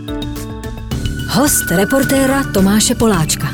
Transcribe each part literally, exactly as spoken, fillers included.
Host reportéra Tomáše Poláčka.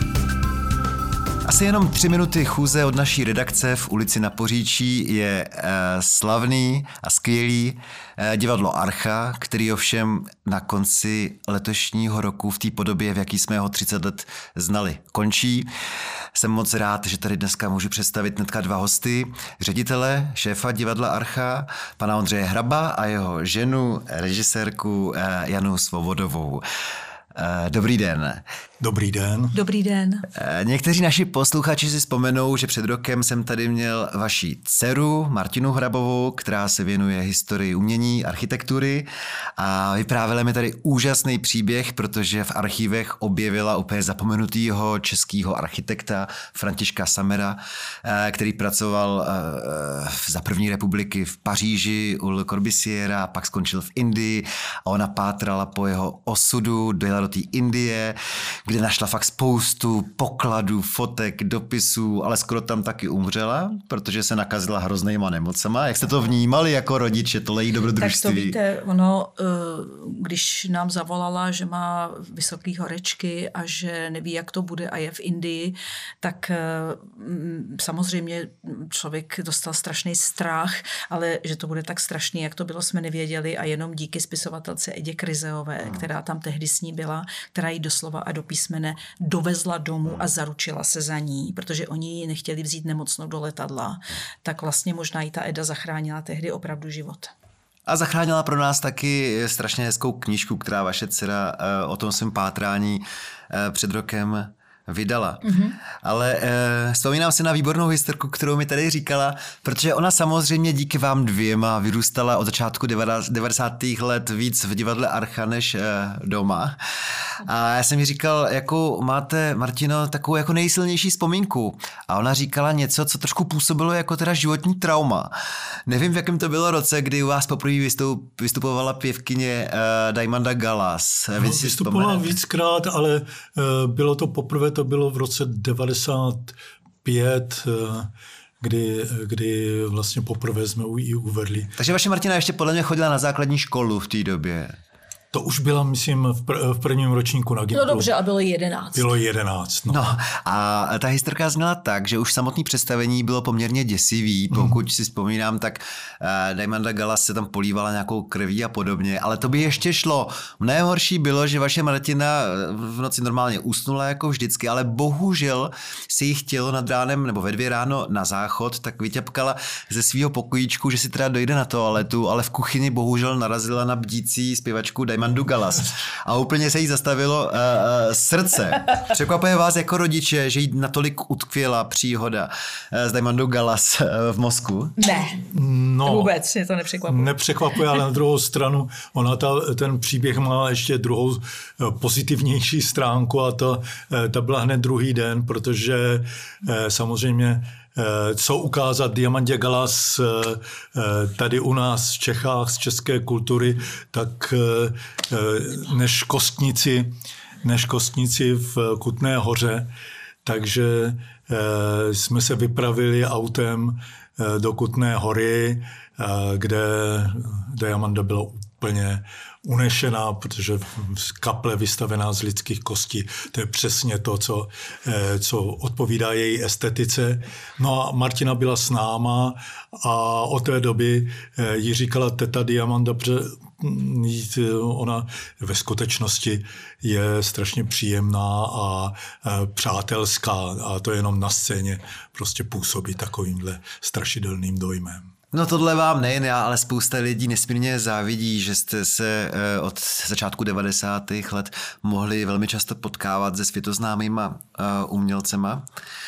Asi jenom tři minuty chůze od naší redakce v ulici Na Poříčí je e, slavný a skvělý e, divadlo Archa, který ovšem na konci letošního roku v té podobě, v jaký jsme ho třicet let znali, končí. Jsem moc rád, že tady dneska můžu představit hnedka dva hosty, ředitele, šéfa divadla Archa, pana Ondřeje Hraba a jeho ženu, režisérku e, Janu Svobodovou. Dobrý den. Dobrý den. Dobrý den. Někteří naši posluchači si vzpomenou, že před rokem jsem tady měl vaši dceru Martinu Hrabovou, která se věnuje historii umění, architektury a vyprávěla mi tady úžasný příběh, protože v archívech objevila úplně zapomenutýho českého architekta Františka Samera, který pracoval za první republiky v Paříži u Le Corbusiera, pak skončil v Indii a ona pátrala po jeho osudu, dojela do té Indie, kde našla fakt spoustu pokladů, fotek, dopisů, ale skoro tam taky umřela, protože se nakazila hroznýma nemocema. Jak jste to vnímali jako rodiče, tohle jí dobrodružství? Tak to víte, ono, když nám zavolala, že má vysoké horečky a že neví, jak to bude a je v Indii, tak samozřejmě člověk dostal strašný strach, ale že to bude tak strašný, jak to bylo, jsme nevěděli a jenom díky spisovatelce Edě Kryzeové, která tam tehdy s ní byla, která jí doslova a do písmene dovezla domů a zaručila se za ní, protože oni ji nechtěli vzít nemocnou do letadla, tak vlastně možná jí ta Eda zachránila tehdy opravdu život. A zachránila pro nás taky strašně hezkou knížku, která vaše dcera o tom svém pátrání před rokem vydala. Mm-hmm. Ale e, vzpomínám si na výbornou historku, kterou mi tady říkala, protože ona samozřejmě díky vám dvěma vyrůstala od začátku devadesátých let víc v divadle Archa než e, doma. A já jsem jí říkal, jakou máte, Martino, takovou jako nejsilnější vzpomínku. A ona říkala něco, co trošku působilo jako teda životní trauma. Nevím, v jakém to bylo roce, kdy u vás poprvé vystup, vystupovala pěvkyně e, Diamanda Gallas. No, vystupovala víckrát, ale e, bylo to poprvé, to bylo v roce devadesát pět, kdy, kdy vlastně poprvé jsme ji uvedli. Takže vaše Martina ještě podle mě chodila na základní školu v té době. To už byla, myslím, v, pr- v prvním ročníku na Gimplu. No dobře, a bylo jedenáct. Bylo jedenáct, no. no. A ta historka zněla tak, že už samotné představení bylo poměrně děsivý. Pokud mm. si vzpomínám, tak uh, Diamanda Gallas se tam polívala nějakou krví a podobně, ale to by ještě šlo. Mnohem horší bylo, že vaše Martina v noci normálně usnula jako vždycky, ale bohužel si jí chtělo nad ránem nebo ve dvě ráno na záchod, tak vyťapkala ze svého pokojíčku, že si teda dojde na toaletu, ale v kuchyni bohužel narazila na bdící zpěvačku Diamanda Diamandu Gallas. A úplně se jí zastavilo uh, uh, srdce. Překvapuje vás jako rodiče, že jí natolik utkvěla příhoda uh, s Diamandou Gallas uh, v mozku? Ne, no, vůbec mě to nepřekvapuje. Nepřekvapuje, ale na druhou stranu, ona ta, ten příběh má ještě druhou pozitivnější stránku a to, ta byla hned druhý den, protože samozřejmě co ukázat Diamandě Gallas tady u nás v Čechách z české kultury, tak než kostnici, než kostnici v Kutné Hoře. Takže jsme se vypravili autem do Kutné Hory, kde Diamanda byla úplně unešená, protože kaple vystavená z lidských kostí, to je přesně to, co, co odpovídá její estetice. No a Martina byla s náma a od té doby jí říkala teta Diamanda, protože ona ve skutečnosti je strašně příjemná a přátelská a to jenom na scéně prostě působí takovýmhle strašidelným dojmem. No tohle vám nejen já, ale spousta lidí nesmírně závidí, že jste se od začátku devadesátých let mohli velmi často potkávat se světoznámýma umělcema.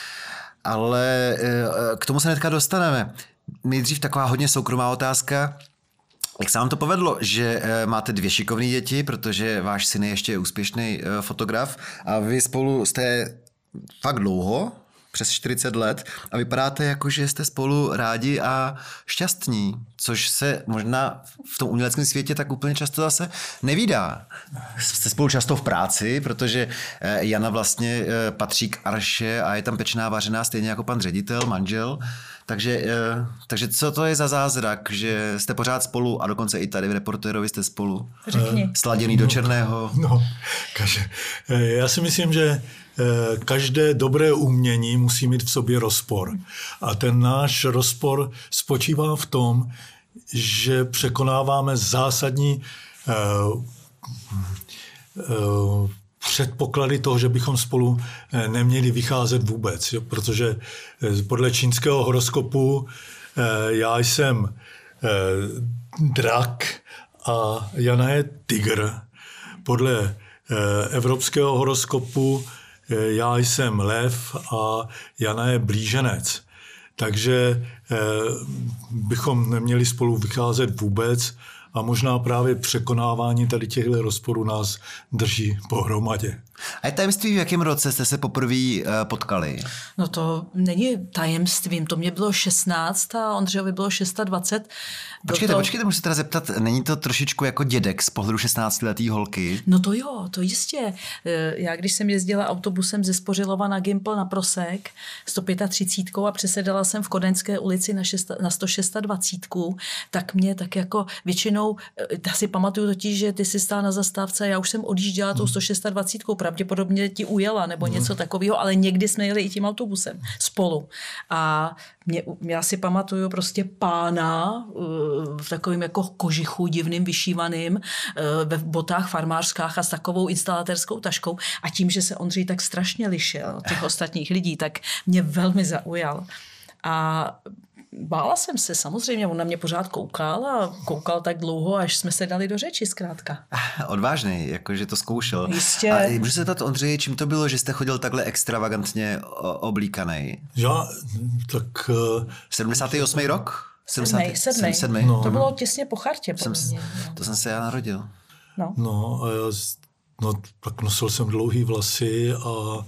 Ale k tomu se hnedka dostaneme. Nejdřív taková hodně soukromá otázka. Jak se vám to povedlo, že máte dvě šikovné děti, protože váš syn je ještě úspěšný fotograf a vy spolu jste fakt dlouho, přes čtyřicet let a vypadáte jako, že jste spolu rádi a šťastní, což se možná v tom uměleckém světě tak úplně často zase nevídá. Jste spolu často v práci, protože Jana vlastně patří k Arše a je tam pečená vařená stejně jako pan ředitel, manžel. Takže, takže co to je za zázrak, že jste pořád spolu a dokonce i tady v Reportérovi jste spolu? Řekni. Sladěný do černého. No, kaže, já si myslím, že každé dobré umění musí mít v sobě rozpor. A ten náš rozpor spočívá v tom, že překonáváme zásadní uh, uh, předpoklady toho, že bychom spolu neměli vycházet vůbec. Jo? Protože podle čínského horoskopu já jsem drak a Jana je tygr. Podle evropského horoskopu já jsem lev a Jana je blíženec. Takže bychom neměli spolu vycházet vůbec a možná právě překonávání tady těchto rozporů nás drží pohromadě. A je tajemství, v jakém roce jste se poprvé potkali? No to není tajemstvím, to mě bylo šestnáct a Ondřejovi bylo dvacet šest. Počkejte, to... počkejte, můžu se teda zeptat, není to trošičku jako dědek z pohledu šestnáctiletý holky? No to jo, to jistě. Já když jsem jezdila autobusem ze Spořilova na Gimpl na Prosek sto třicet pět a přesedala jsem v Kodaňské ulici na, šest, na sto dvacet šest, tak mě tak jako většinou, já si pamatuju totiž, že ty jsi stál na zastávce a já už jsem odjížděla tou sto dvacet šest, pravděpodobně ti ujela nebo něco takového, ale někdy jsme jeli i tím autobusem spolu. A mě, já si pamatuju prostě pána v takovým jako kožichu divným vyšívaným, ve botách farmářskách a s takovou instalatérskou taškou a tím, že se Ondřej tak strašně lišil od těch ostatních lidí, tak mě velmi zaujal. A bála jsem se, samozřejmě, on na mě pořád koukal a koukal tak dlouho, až jsme se dali do řeči zkrátka. Odvážný, jakože to zkoušel. Jistě. A můžu se zeptat, Ondřeji, čím to bylo, že jste chodil takhle extravagantně oblíkanej? Já, tak... sedmdesátý osmý rok? Sedmej, sedmej. sedmej. No, to bylo těsně po chartě. Jsem, mě, to jsem se já narodil. No, no, a já, no tak nosil jsem dlouhý vlasy a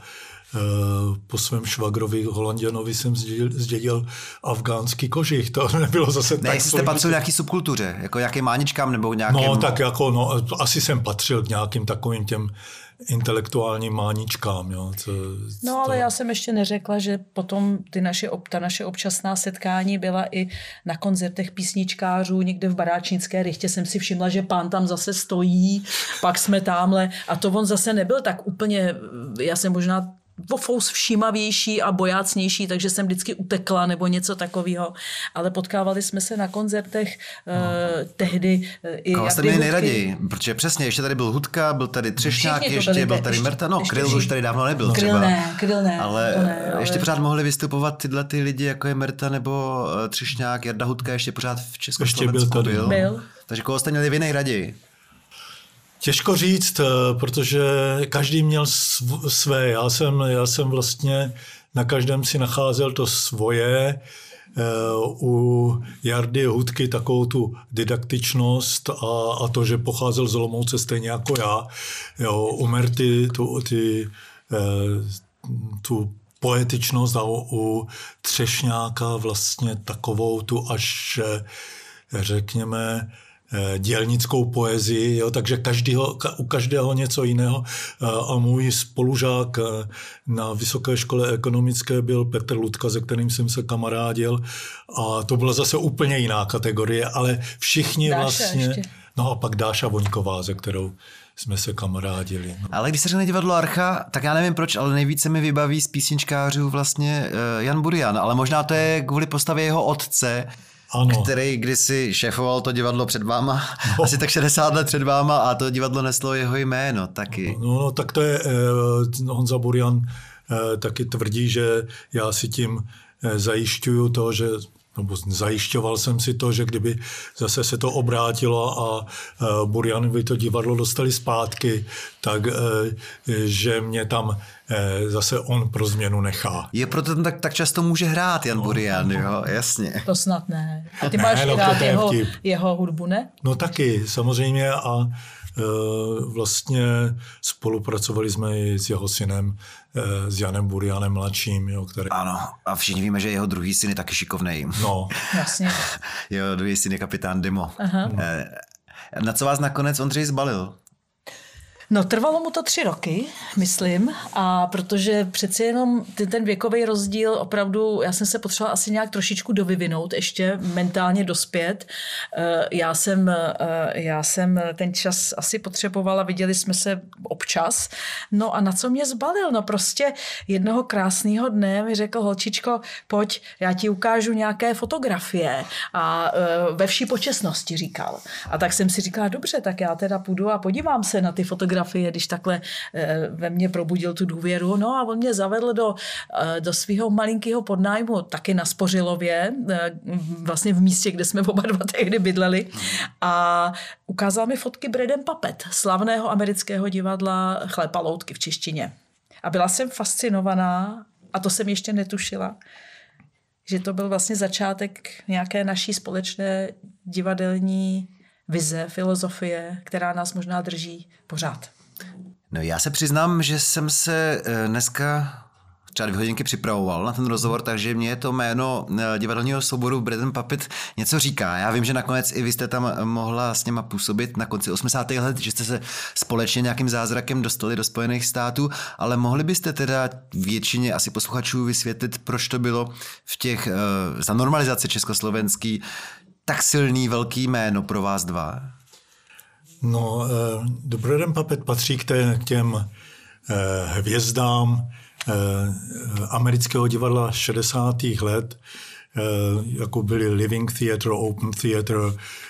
po svém švagrovi Holanděnovi jsem zdědil, zdědil afgánský kožich. To nebylo zase ne, tak... Ne, jste patřil nějaký subkultuře, jako nějakým máničkám nebo nějakým... No, tak jako, no, asi jsem patřil k nějakým takovým těm intelektuálním máničkám. Jo, to, no, ale to... já jsem ještě neřekla, že potom ty naše, ta naše občasná setkání byla i na koncertech písničkářů, někde v Baráčnické rychtě jsem si všimla, že pán tam zase stojí, pak jsme támhle a to on zase nebyl tak úplně, já jsem možná fous všímavější a bojácnější, takže jsem vždycky utekla nebo něco takového. Ale potkávali jsme se na koncertech no. eh, tehdy. Eh, i Koho jste měli nejraději? Protože přesně, ještě tady byl Hudka, byl tady Třešňák, ještě byli, byl tady ještě, Merta, no Kryl už tady dávno nebyl Kryl třeba. Ne, Kryl ne, ale, ne, ale ještě pořád mohli vystupovat tyhle ty lidi, jako je Merta nebo Třešňák, Jarda Hudka, ještě pořád v Československu byl. byl. byl. Takže koho jste měli vy nejraději? Těžko říct, protože každý měl své. Já jsem, já jsem vlastně na každém si nacházel to svoje. U Jardy Hudky takovou tu didaktičnost a, a to, že pocházel z Olomouce stejně jako já. Jo, u Merty tu, ty, tu poetičnost a u Třešňáka vlastně takovou tu až, řekněme, dělnickou poezii, jo, takže každýho, u každého něco jiného. A můj spolužák na Vysoké škole ekonomické byl Petr Ludka, se kterým jsem se kamarádil a to byla zase úplně jiná kategorie, ale všichni Dáša vlastně... ještě. No a pak Dáša Voňková, se kterou jsme se kamarádili. No. Ale když se řekne divadlo Archa, tak já nevím proč, ale nejvíce mi vybaví z písničkářů vlastně uh, Jan Burian, ale možná to je kvůli postavě jeho otce, ano. Který kdysi šéfoval to divadlo před váma, no. asi tak šedesát let před váma a to divadlo neslo jeho jméno taky. No, no tak to je, eh, Honza Burian eh, taky tvrdí, že já si tím eh, zajišťuju to, že nebo zajišťoval jsem si to, že kdyby zase se to obrátilo a uh, Burianovi to divadlo dostali zpátky, tak uh, že mě tam uh, zase on pro změnu nechá. Je proto tam tak, tak často může hrát Jan no, Burian, no. Jo, jasně. To snad ne. A ty ne, máš no, rád jeho, jeho hudbu, ne? No taky, samozřejmě a vlastně spolupracovali jsme i s jeho synem, s Janem Burianem mladším. Jo, který... Ano, a všichni víme, že jeho druhý syn je taky šikovnej. No. Jasně. Jeho druhý syn je kapitán Dimo. Aha. Na co vás nakonec Ondřej zbalil? No, trvalo mu to tři roky, myslím, a protože přeci jenom ten, ten věkový rozdíl opravdu, já jsem se potřebovala asi nějak trošičku dovyvinout, ještě mentálně dospět. Já jsem, já jsem ten čas asi potřebovala, viděli jsme se občas. No a na co mě zbalil? No prostě jednoho krásného dne mi řekl: holčičko, pojď, já ti ukážu nějaké fotografie. A ve vší počestnosti říkal. A tak jsem si říkala, dobře, tak já teda půjdu a podívám se na ty fotografie, když takhle ve mně probudil tu důvěru. No a on mě zavedl do, do svého malinkého podnájmu, taky na Spořilově, vlastně v místě, kde jsme oba dva tehdy bydleli. A ukázal mi fotky Bread and Puppet, slavného amerického divadla Chléb a loutky v češtině. A byla jsem fascinovaná, a to jsem ještě netušila, že to byl vlastně začátek nějaké naší společné divadelní vize, filozofie, která nás možná drží pořád. No já se přiznám, že jsem se dneska třeba dvě hodinky připravoval na ten rozhovor, takže mě to jméno divadelního souboru Bread and Puppet něco říká. Já vím, že nakonec i vy jste tam mohla s něma působit na konci osmdesátých let, že jste se společně nějakým zázrakem dostali do Spojených států, ale mohli byste teda většině asi posluchačů vysvětlit, proč to bylo v těch za normalizace československý tak silný velký jméno pro vás dva? No, do Bread and Puppet patří k, té, k těm hvězdám amerického divadla šedesátých let, jako byly Living Theatre, Open Theatre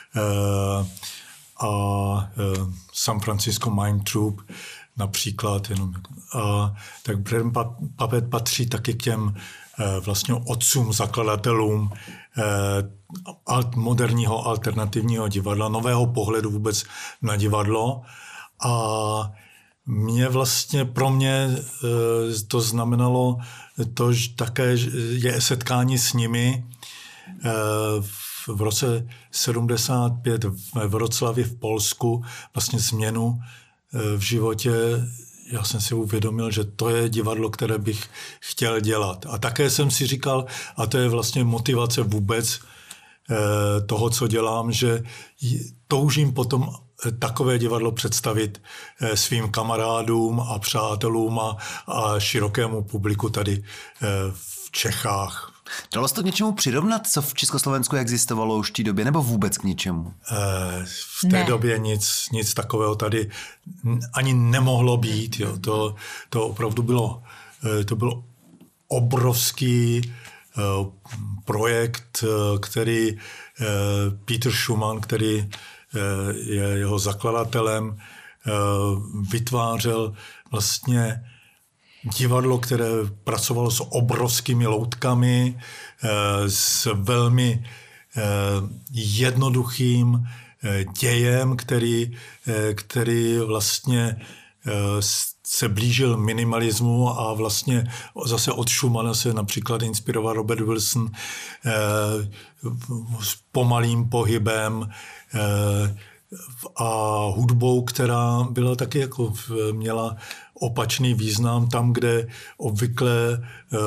a San Francisco Mime Troupe například. Jenom. A tak Bread and Puppet patří taky k těm vlastně otcům, zakladatelům moderního alternativního divadla, nového pohledu vůbec na divadlo. A mě vlastně, pro mě to znamenalo to, že také je setkání s nimi v roce sedmdesát pět v Wroclawi v Polsku, vlastně změnu v životě. Já jsem si uvědomil, že to je divadlo, které bych chtěl dělat. A také jsem si říkal, a to je vlastně motivace vůbec toho, co dělám, že toužím potom takové divadlo představit svým kamarádům a přátelům a, a širokému publiku tady v Čechách. Dalo se to k něčemu přirovnat, co v Československu existovalo už v té době, nebo vůbec k ničemu? V té ne. době nic, nic takového tady ani nemohlo být. Jo. To, to opravdu bylo, to byl obrovský projekt, který Peter Schumann, který je jeho zakladatelem, vytvářel vlastně divadlo, které pracovalo s obrovskými loutkami, s velmi jednoduchým dějem, který, který vlastně se blížil minimalismu a vlastně zase od Schumana se například inspiroval Robert Wilson s pomalým pohybem a hudbou, která byla taky jako měla opačný význam tam, kde obvykle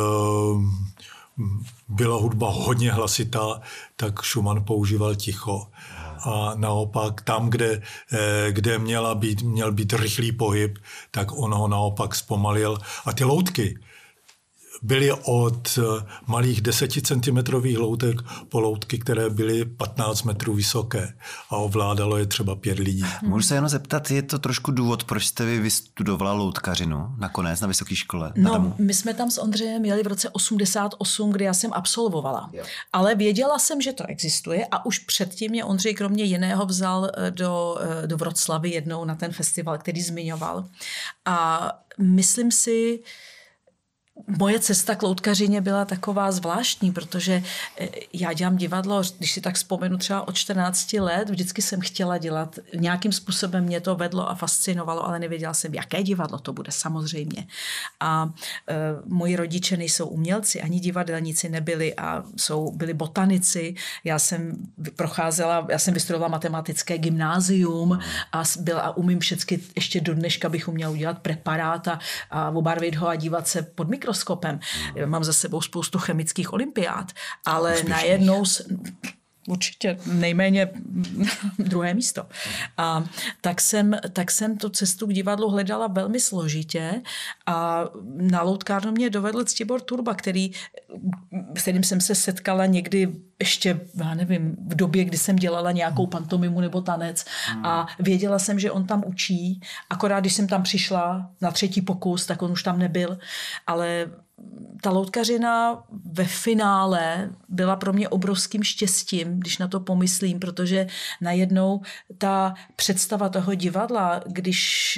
byla hudba hodně hlasitá, tak Schumann používal ticho. A naopak tam, kde, kde měla být, měl být rychlý pohyb, tak on ho naopak zpomalil. A ty loutky byly od malých deseticentimetrových loutek po loutky, které byly patnáct metrů vysoké a ovládalo je třeba pět lidí. Můžu se jenom zeptat, je to trošku důvod, proč jste vy vystudovala loutkařinu nakonec na vysoké škole? No, my jsme tam s Ondřejem jeli v roce osmdesát osm, kdy já jsem absolvovala. Jo. Ale věděla jsem, že to existuje a už předtím mě Ondřej kromě jiného vzal do, do Wroclawi jednou na ten festival, který zmiňoval. A myslím si, moje cesta k loutkařině byla taková zvláštní, protože já dělám divadlo, když si tak vzpomenu třeba od čtrnácti let, vždycky jsem chtěla dělat, nějakým způsobem mě to vedlo a fascinovalo, ale nevěděla jsem, jaké divadlo to bude samozřejmě. A e, moji rodiče nejsou umělci, ani divadelníci nebyli a jsou, byli botanici. Já jsem procházela, já jsem vystudovala matematické gymnázium a, byla, a umím všechny, ještě do dneška bych uměla udělat preparát a, a obarvit ho a dívat se pod mikroskopem. Mám za sebou spoustu chemických olympiád, ale najednou, Určitě nejméně druhé místo. A tak jsem, tak jsem tu cestu k divadlu hledala velmi složitě a na loutkárnu mě dovedl Ctibor Turba, který, s kterým jsem se setkala někdy ještě, já nevím, v době, kdy jsem dělala nějakou pantomimu nebo tanec a věděla jsem, že on tam učí, akorát když jsem tam přišla na třetí pokus, tak on už tam nebyl, ale ta loutkařina ve finále byla pro mě obrovským štěstím, když na to pomyslím, protože najednou ta představa toho divadla, když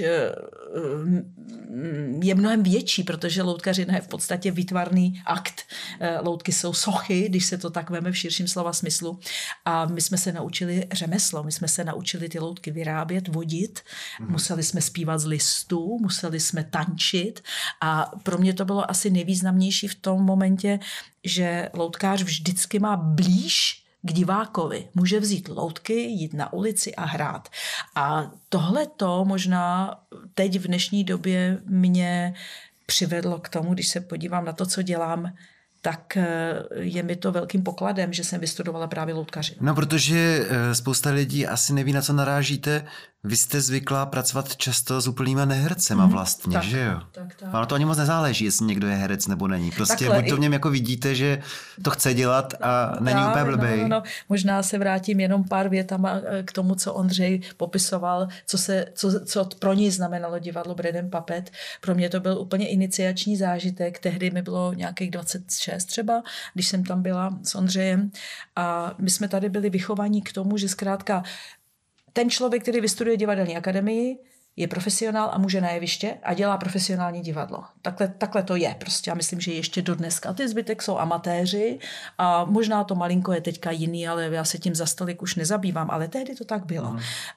je mnohem větší, protože loutkařina je v podstatě výtvarný akt. Loutky jsou sochy, když se to tak veme v širším slova smyslu. A my jsme se naučili řemeslo, my jsme se naučili ty loutky vyrábět, vodit, mm. museli jsme zpívat z listů, museli jsme tančit a pro mě to bylo asi nejvýznamnější v tom momentě, že loutkář vždycky má blíž k divákovi. Může vzít loutky, jít na ulici a hrát. A tohleto možná teď v dnešní době mě přivedlo k tomu, když se podívám na to, co dělám, tak je mi to velkým pokladem, že jsem vystudovala právě loutkařinu. No, protože spousta lidí asi neví, na co narážíte. Vy jste zvyklá pracovat často s úplnýma nehercema vlastně, tak, že jo? Tak, tak. Ono to ani moc nezáleží, jestli někdo je herec nebo není. Prostě Takhle, buď to v něm jako vidíte, že to chce dělat a není právě, úplně blbej. No, no, no. Možná se vrátím jenom pár větama k tomu, co Ondřej popisoval, co, se, co, co pro něj znamenalo divadlo Bread and Puppet. Pro mě to byl úplně iniciační zážitek. Tehdy mi bylo nějakých dvacet šest třeba, když jsem tam byla s Ondřejem. A my jsme tady byli vychovaní k tomu, že zkrátka ten člověk, který vystuduje divadelní akademii, je profesionál a může na jeviště a dělá profesionální divadlo. Takhle, takhle to je prostě. Já myslím, že ještě do dneska. A ty zbytek jsou amatéři a možná to malinko je teďka jiný, ale já se tím za stolik už nezabývám, ale tehdy to tak bylo. Mm.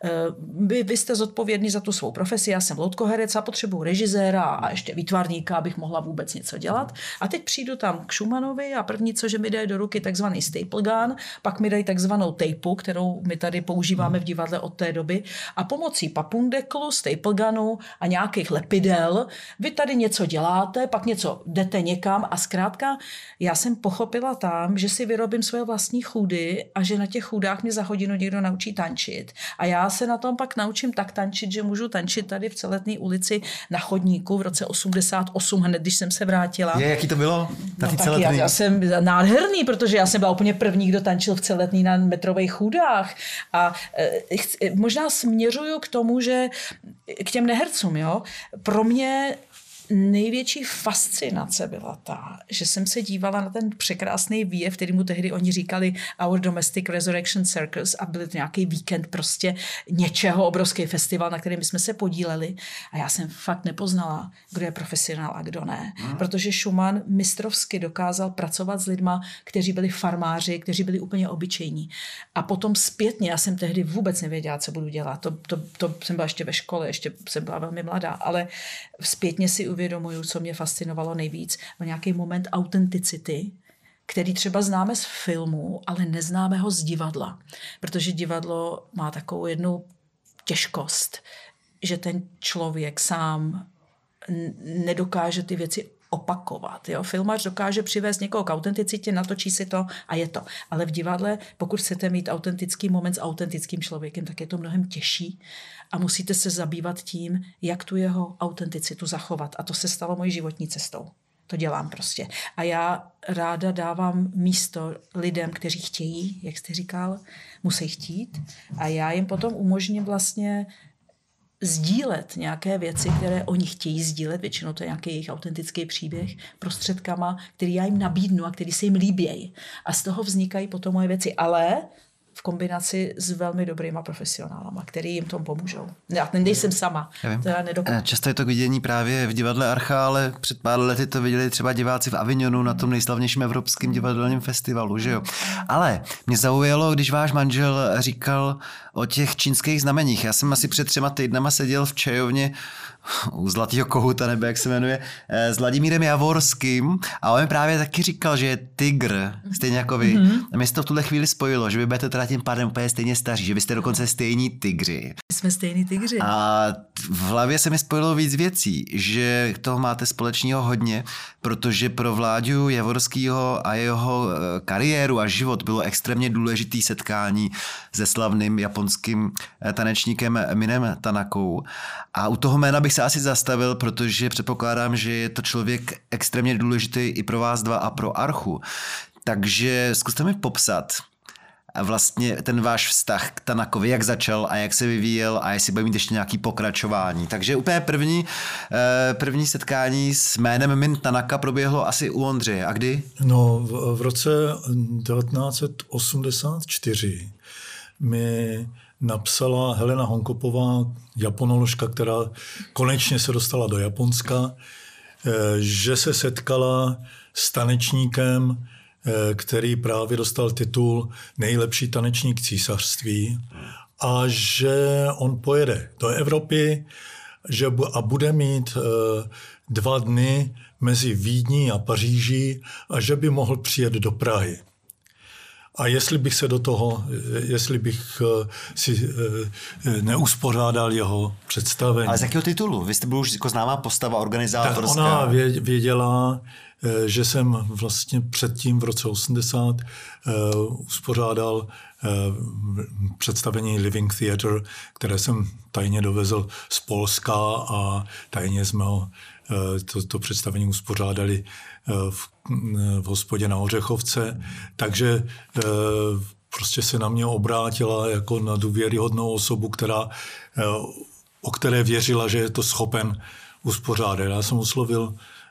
Vy, vy jste zodpovědný za tu svou profesi, já jsem loutkoherec a potřebuji režiséra a ještě výtvarníka, abych mohla vůbec něco dělat. A teď přijdu tam k Schumanovi a první, co že mi dají do ruky takzvaný staple gun, pak mi dají takzvanou tejpu, kterou my tady používáme v divadle od té doby a pomocí papundeklu, staple gunu a nějakých lepidel. Vy tady něco děláte, pak něco jdete někam a zkrátka já jsem pochopila tam, že si vyrobím svoje vlastní chůdy a že na těch chůdách mě za hodinu někdo naučí tančit. A já se na tom pak naučím tak tančit, že můžu tančit tady v Celetné ulici na chodníku v roce osmdesát osm, hned když jsem se vrátila. Je, jaký to bylo? Na no, taky já, já jsem nádherný, protože já jsem byla úplně první, kdo tančil v Celetný na metrových chůdách. A e, chc, možná směřuju k tomu, že k těm nehercům, jo. Pro mě největší fascinace byla ta, že jsem se dívala na ten překrásný výjev, který mu tehdy oni říkali Our Domestic Resurrection Circus a byl to nějaký víkend prostě něčeho, obrovský festival, na kterým jsme se podíleli a já jsem fakt nepoznala, kdo je profesionál a kdo ne. Hmm. Protože Schumann mistrovsky dokázal pracovat s lidma, kteří byli farmáři, kteří byli úplně obyčejní. A potom zpětně, já jsem tehdy vůbec nevěděla, co budu dělat. To, to, to jsem byla ještě ve škole, ještě jsem byla velmi mladá, ale zpětně si uvědomuju, co mě fascinovalo nejvíc, byl nějaký moment autenticity, který třeba známe z filmu, ale neznáme ho z divadla. Protože divadlo má takovou jednu těžkost, že ten člověk sám nedokáže ty věci opakovat. Jo? Filmař dokáže přivést někoho k autenticitě, natočí si to a je to. Ale v divadle, pokud chcete mít autentický moment s autentickým člověkem, tak je to mnohem těžší a musíte se zabývat tím, jak tu jeho autenticitu zachovat. A to se stalo mojí životní cestou. To dělám prostě. A já ráda dávám místo lidem, kteří chtějí, jak jste říkal, musí chtít. A já jim potom umožním vlastně sdílet nějaké věci, které oni chtějí sdílet, většinou to je nějaký jejich autentický příběh, prostředkama, který já jim nabídnu a který se jim líbějí. A z toho vznikají potom moje věci, ale v kombinaci s velmi dobrýma profesionálama, který jim tomu pomůžou. Já nejsem sama. To já nedokážu. Často je to k vidění právě v divadle Archa, ale před pár lety to viděli třeba diváci v Avignonu na tom nejslavnějším evropském divadelním festivalu, že jo. Ale mě zaujalo, když váš manžel říkal o těch čínských znameních. Já jsem asi před třema týdnama seděl v čajovně u Zlatýho kohouta, nebo jak se jmenuje, s Vladimírem Javorským a on mi právě taky říkal, že je tygr, stejně jako vy. Mm-hmm. A mě se to v tuhle chvíli spojilo, že vy budete teda tím pádem úplně stejně staří, že vy jste dokonce stejní tygři. Jsme stejní tygři. A v hlavě se mi spojilo víc věcí, že toho máte společného hodně, protože pro Vláďu Javorskýho a jeho kariéru a život bylo extrémně důležitý setkání se slavným japonským tanečníkem Minem Tanakou. A u toho jména bych se asi zastavil, protože předpokládám, že je to člověk extrémně důležitý i pro vás dva a pro Archu. Takže zkuste mi popsat vlastně ten váš vztah k Tanakovi, jak začal a jak se vyvíjel a jestli bude mít ještě nějaký pokračování. Takže úplně první, první setkání s jménem Min Tanaka proběhlo asi u Ondřeje. A kdy? No v, v roce devatenáct set osmdesát čtyři mi napsala Helena Honkopová, japonoložka, která konečně se dostala do Japonska, že se setkala s tanečníkem, který právě dostal titul nejlepší tanečník císařství a že on pojede do Evropy že a bude mít dva dny mezi Vídní a Paříží a že by mohl přijet do Prahy. A jestli bych se do toho, jestli bych si neuspořádal jeho představení. Ale z jakého titulu? Vy jste byl už jako známá postava organizátorská. Tak ona věděla, že jsem vlastně předtím v roce osmdesát uspořádal představení Living Theatre, které jsem tajně dovezl z Polska a tajně jsme ho to, to představení uspořádali v, v hospodě na Ořechovce. Takže prostě se na mě obrátila jako na důvěryhodnou osobu, která, o které věřila, že je to schopen uspořádat. Já jsem oslovil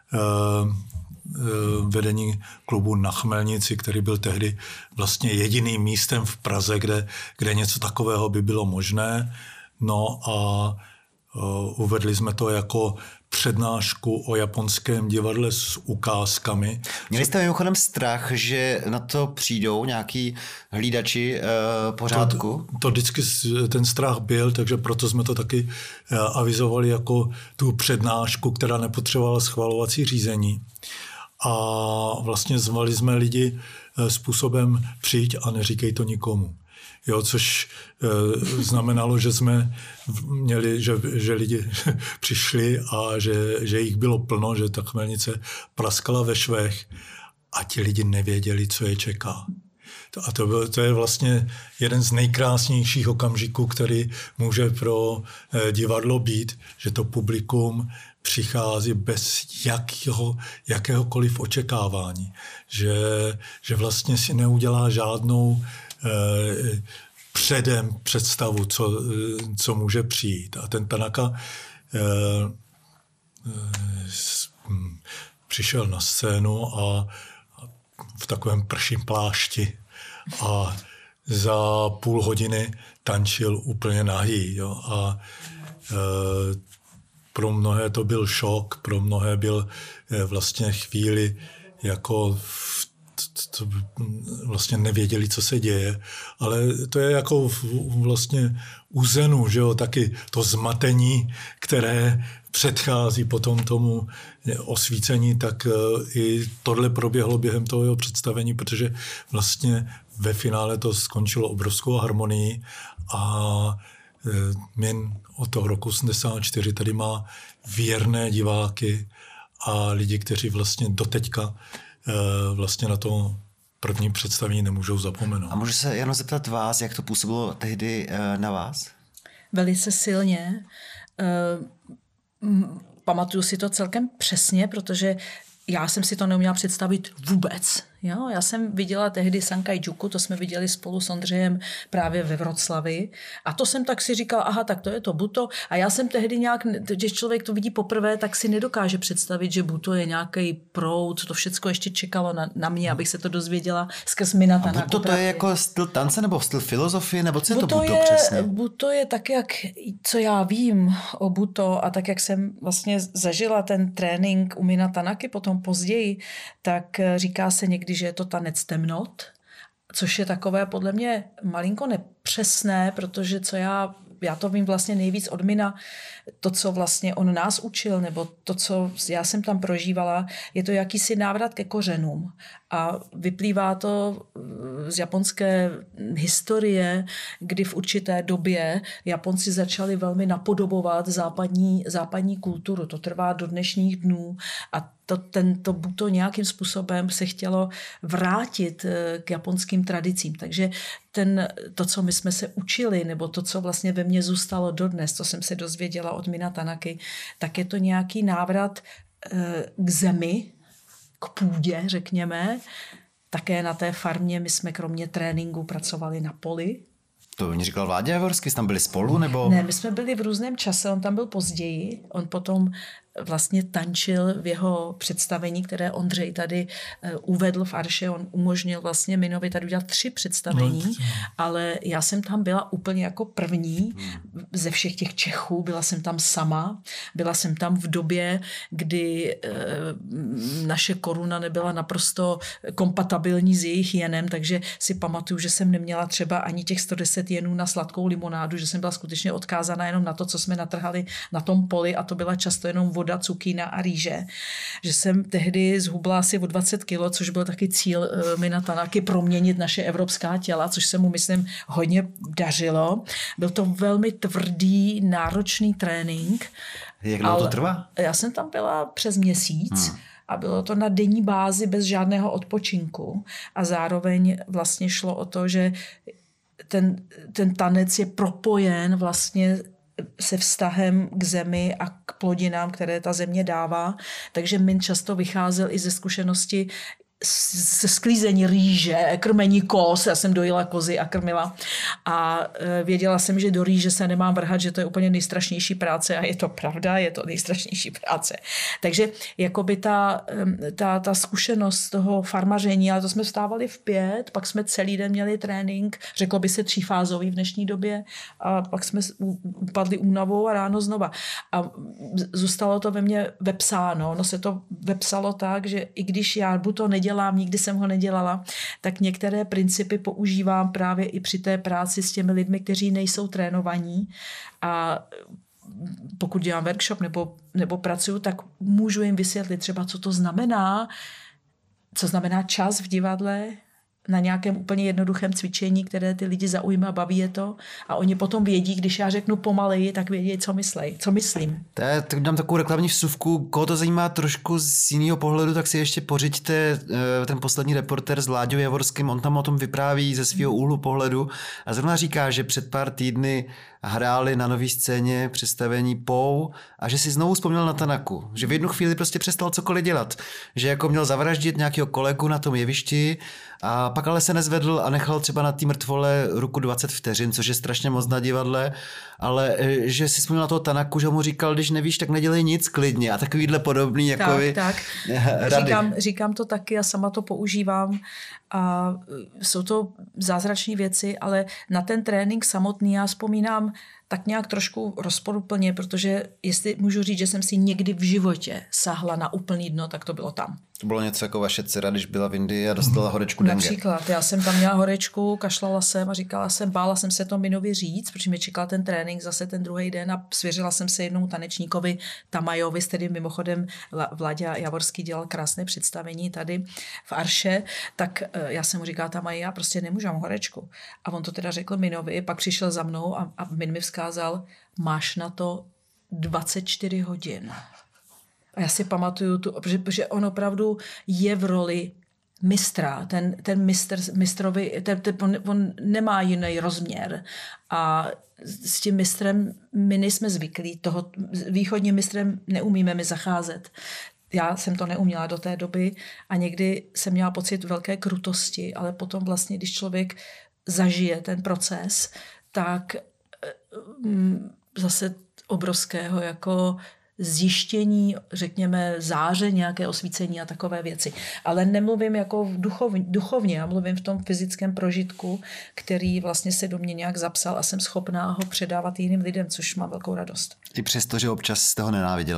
vedení klubu Na Chmelnici, který byl tehdy vlastně jediným místem v Praze, kde, kde něco takového by bylo možné. No a uh, uvedli jsme to jako přednášku o japonském divadle s ukázkami. Měli jste mimochodem strach, že na to přijdou nějaký hlídači uh, pořádku? To, to vždycky ten strach byl, takže proto jsme to taky uh, avizovali jako tu přednášku, která nepotřebovala schvalovací řízení. A vlastně zvali jsme lidi způsobem přijď a neříkej to nikomu. Jo, což e, znamenalo, že jsme měli, že, že lidi přišli a že, že jich bylo plno, že ta Chmelnice praskala ve švech a ti lidi nevěděli, co je čeká. A to, byl, to je vlastně jeden z nejkrásnějších okamžiků, který může pro e, divadlo být, že to publikum přichází bez jakého, jakéhokoliv očekávání. Že, že vlastně si neudělá žádnou eh, předem představu, co, co může přijít. A ten Tanaka eh, eh, přišel na scénu a, a v takovém prším plášti a za půl hodiny tančil úplně nahý. Jo? A eh, pro mnohé to byl šok, pro mnohé byl vlastně chvíli jako to vlastně nevěděli, co se děje, ale to je jako vlastně u Zenu, že jo, taky to zmatení, které předchází potom tomu osvícení, tak i tohle proběhlo během toho jeho představení, protože vlastně ve finále to skončilo obrovskou harmonií a Min od toho roku osmdesát čtyři tady má věrné diváky a lidi, kteří vlastně doteďka vlastně na to první představení nemůžou zapomenout. A můžu se jenom zeptat vás, jak to působilo tehdy na vás? Velice silně. Pamatuju si to celkem přesně, protože já jsem si to neuměla představit vůbec. Jo? Já jsem viděla tehdy Sankai-juku, to jsme viděli spolu s Ondřejem právě ve Vroclavi. A to jsem tak si říkala, aha, tak to je to Buto. A já jsem tehdy nějak, když člověk to vidí poprvé, tak si nedokáže představit, že Buto je nějaký proud. To všecko ještě čekalo na, na mě, abych se to dozvěděla skrz Mina Tanaku. A Buto to je jako styl tance nebo styl filozofie, nebo co je Buto to Buto je, přesně? Buto je tak, jak, co já vím o Buto a tak, jak jsem vlastně zažila ten trénink u Mina Tanaky potom později, tak říká se někdy, že je to tanec temnot, což je takové podle mě malinko nepřesné, protože co já já to vím vlastně nejvíc od Mina, to, co vlastně on nás učil, nebo to, co já jsem tam prožívala, je to jakýsi návrat ke kořenům. A vyplývá to z japonské historie, kdy v určité době Japonci začali velmi napodobovat západní, západní kulturu. To trvá do dnešních dnů a to, tento, to nějakým způsobem se chtělo vrátit k japonským tradicím. Takže ten, to, co my jsme se učili, nebo to, co vlastně ve mně zůstalo dodnes, to jsem se dozvěděla od Mina Tanaky, tak je to nějaký návrat k zemi, k půdě, řekněme. Také na té farmě my jsme kromě tréninku pracovali na poli. To mi říkal Vláďa Javorský, tam byli spolu, nebo? Ne, my jsme byli v různém čase, on tam byl později, on potom vlastně tančil v jeho představení, které Ondřej tady uh, uvedl v Arše, on umožnil vlastně Minovi tady udělat tři představení, no, ale já jsem tam byla úplně jako první hmm. ze všech těch Čechů, byla jsem tam sama, byla jsem tam v době, kdy uh, naše koruna nebyla naprosto kompatibilní s jejich jenem, takže si pamatuju, že jsem neměla třeba ani těch sto deset jenů na sladkou limonádu, že jsem byla skutečně odkázána jenom na to, co jsme natrhali na tom poli a to byla často jenom voda, cukína a rýže. Že jsem tehdy zhubla asi o dvacet kilo, což byl taky cíl uh, Mina Tanaky proměnit naše evropská těla, což se mu, myslím, hodně dařilo. Byl to velmi tvrdý, náročný trénink. Jak dlouho to trvá? Já jsem tam byla přes měsíc. Hmm. A bylo to na denní bázi bez žádného odpočinku. A zároveň vlastně šlo o to, že ten, ten tanec je propojen vlastně se vztahem k zemi a k plodinám, které ta země dává. Takže Min často vycházel i ze zkušenosti se sklízení rýže, krmení koz, já jsem dojila kozy a krmila a věděla jsem, že do rýže se nemám vrhat, že to je úplně nejstrašnější práce a je to pravda, je to nejstrašnější práce. Takže jakoby ta, ta, ta zkušenost toho farmaření, ale to jsme vstávali v pět, pak jsme celý den měli trénink, řeklo by se třífázový v dnešní době a pak jsme upadli únavou a ráno znova. A zůstalo to ve mně vepsáno, ono se to vepsalo tak, že i když já buď to nedělám, nikdy jsem ho nedělala, tak některé principy používám právě i při té práci s těmi lidmi, kteří nejsou trénovaní a pokud dělám workshop nebo, nebo pracuju, tak můžu jim vysvětlit třeba, co to znamená, co znamená čas v divadle, na nějakém úplně jednoduchém cvičení, které ty lidi zaujme a baví je to. A oni potom vědí, když já řeknu pomaleji, tak vědí, co myslej, co myslím. To je, tak dám takovou reklamní vsuvku. Koho to zajímá trošku z jiného pohledu, tak si ještě pořiďte ten poslední reportér s Vláďou Javorským. On tam o tom vypráví ze svého úhlu pohledu a zrovna říká, že před pár týdny hráli na nový scéně představení Pou a že si znovu vzpomněl na Tanaku. Že v jednu chvíli prostě přestal cokoliv dělat. Že jako měl zavraždit nějakého kolegu na tom jevišti a pak ale se nezvedl a nechal třeba na té mrtvole ruku dvacet vteřin, což je strašně moc na divadle, ale že si vzpomněl na toho Tanaku, že mu říkal, když nevíš, tak nedělej nic klidně a takovýhle podobný jako tak, vy tak. rady. Říkám, říkám to taky a sama to používám a jsou to zázračné věci, ale na ten trénink samotný já vzpomínám tak nějak trošku rozporuplně, protože jestli můžu říct, že jsem si někdy v životě sahla na úplný dno, tak to bylo tam. To bylo něco jako vaše dcera, když byla v Indii a dostala horečku dengue. Například, já jsem tam měla horečku, kašlala jsem a říkala jsem, bála jsem se to Minovi říct, protože mě čekal ten trénink zase ten druhý den a svěřila jsem se jednou tanečníkovi Tamajovi, s kterým mimochodem Vláďa Javorský dělal krásné představení tady v Arše, tak já jsem mu říkala, Tamaj, já prostě nemůžu, mám horečku. A on to teda řekl Minovi, pak přišel za mnou a, a Min mi vzkázal, máš na to dvacet čtyři hodin. A já si pamatuju, tu, že, že on opravdu je v roli mistra. Ten, ten mistr, mistrovi, ten, ten, on, on nemá jiný rozměr. A s tím mistrem my nejsme zvyklí. Toho východním mistrem neumíme my zacházet. Já jsem to neuměla do té doby a někdy jsem měla pocit velké krutosti, ale potom vlastně, když člověk zažije ten proces, tak zase obrovského jako zjištění, řekněme, záře, nějaké osvícení a takové věci. Ale nemluvím jako duchovně, duchovně, já mluvím v tom fyzickém prožitku, který vlastně se do mě nějak zapsal a jsem schopná ho předávat jiným lidem, což má velkou radost. I přesto, že občas jste ho nenáviděla.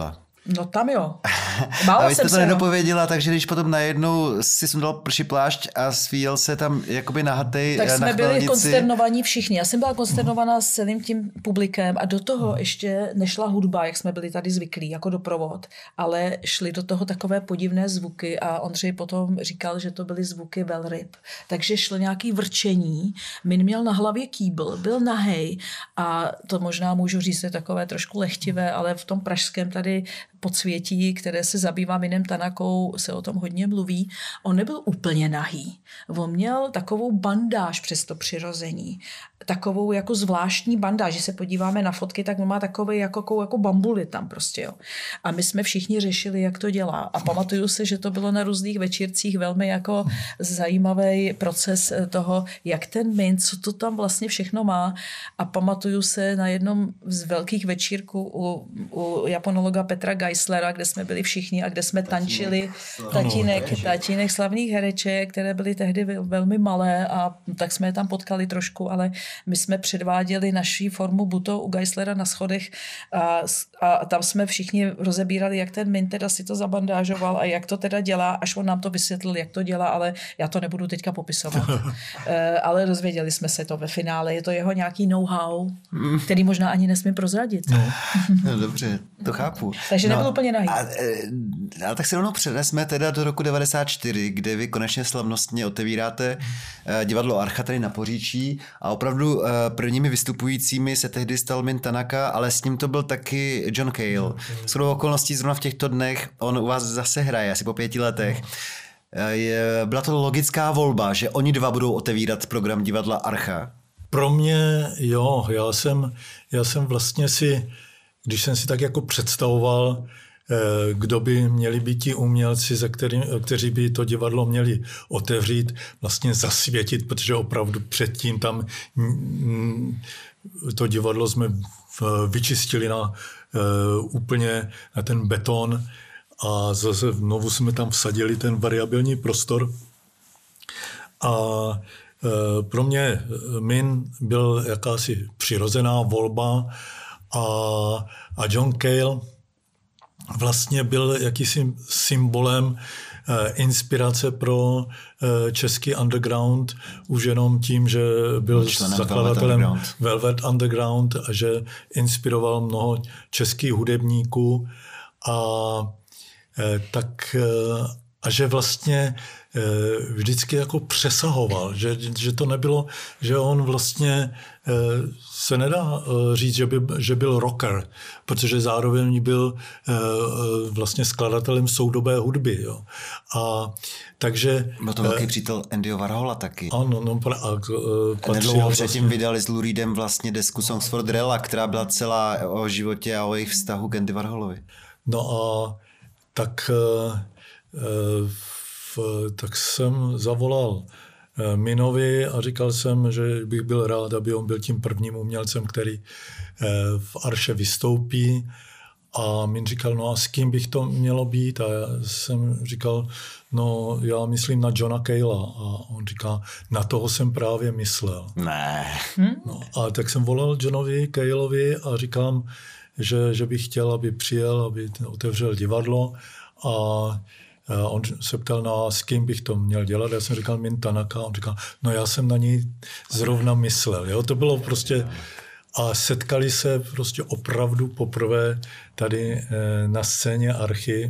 No tam jo. Málo a vy jste jsem to se, nedopověděla, takže když potom najednou si sundal prší plášť a svíjel se tam jakoby nahatej tak na jsme byli chmelnici. konsternovaní všichni. Já jsem byla konsternovaná s celým tím publikem a do toho ještě nešla hudba, jak jsme byli tady zvyklí, jako doprovod, ale šly do toho takové podivné zvuky a Ondřej potom říkal, že to byly zvuky velryb. Takže šlo nějaký vrčení, Min měl na hlavě kýbl, byl nahej a to možná můžu říct, je takové trošku lehtivé, ale v tom pražském tady podsvětí, které se zabývá Minem Tanakou, se o tom hodně mluví. On nebyl úplně nahý. On měl takovou bandáž přes to přirození. Takovou jako zvláštní bandáž. Když se podíváme na fotky, tak on má takový jako, jako bambuli tam prostě. Jo. A my jsme všichni řešili, jak to dělá. A pamatuju se, že to bylo na různých večírcích velmi jako zajímavý proces toho, jak ten Min, co to tam vlastně všechno má. A pamatuju se na jednom z velkých večírků u, u japonologa Petra Geislera, kde jsme byli všichni a kde jsme tančili tatínek, tatínek slavných hereček, které byly tehdy velmi malé a tak jsme je tam potkali trošku, ale my jsme předváděli naší formu buto u Geislera na schodech a, a tam jsme všichni rozebírali, jak ten Min teda si to zabandážoval a jak to teda dělá, až on nám to vysvětlil, jak to dělá, ale já to nebudu teďka popisovat. e, ale dozvěděli jsme se to ve finále. Je to jeho nějaký know-how, který možná ani nesmím prozradit. No, no dobře, to chápu. Takže no, nebyl úplně nahý. Ale tak se rovnou přenesme teda do roku devadesát čtyři, kde vy konečně slavnostně otevíráte divadlo Archa tady na Poříčí a opravdu prvními vystupujícími se tehdy stal Min Tanaka, ale s ním to byl taky John Cale. Shodou okolností zrovna v těchto dnech on u vás zase hraje, asi po pěti letech. Je, byla to logická volba, že oni dva budou otevírat program divadla Archa? Pro mě jo, já jsem, já jsem vlastně si, když jsem si tak jako představoval, kdo by měli být ti umělci, za který, kteří by to divadlo měli otevřít, vlastně zasvětit, protože opravdu předtím tam to divadlo jsme vyčistili na úplně na ten beton a zase znovu jsme tam vsadili ten variabilní prostor. A pro mě Min byl jakási přirozená volba a, a John Cale vlastně byl jakýsi symbolem eh, inspirace pro eh, český underground, už jenom tím, že byl zakladatelem Velvet, Velvet Underground a že inspiroval mnoho českých hudebníků a eh, tak eh, a že vlastně eh, vždycky jako přesahoval, že, že to nebylo, že on vlastně eh, se nedá eh, říct, že, by, že byl rocker, protože zároveň byl eh, vlastně skladatelem soudobé hudby. Jo. A takže... Byl to velký přítel Andyho Warhola taky. Ano, no, a, a nedlouho předtím vlastně vydali s Lou Reedem vlastně desku Songs for Drella, která byla celá o životě a o jejich vztahu k Andy Warholovi. No a tak... Eh, V, tak jsem zavolal Minovi a říkal jsem, že bych byl rád, aby on byl tím prvním umělcem, který v Arše vystoupí. A Min říkal, no a s kým bych to mělo být? A já jsem říkal, no já myslím na Johna Calea. A on říká, na toho jsem právě myslel. Ne. No, a tak jsem volal Johnovi Caleovi a říkám, že, že bych chtěl, aby přijel, aby otevřel divadlo. A on se ptal, no s kým bych to měl dělat. Já jsem říkal Min Tanaka. On říkal, no já jsem na něj zrovna myslel. Jo? To bylo prostě... A setkali se prostě opravdu poprvé tady na scéně Archy.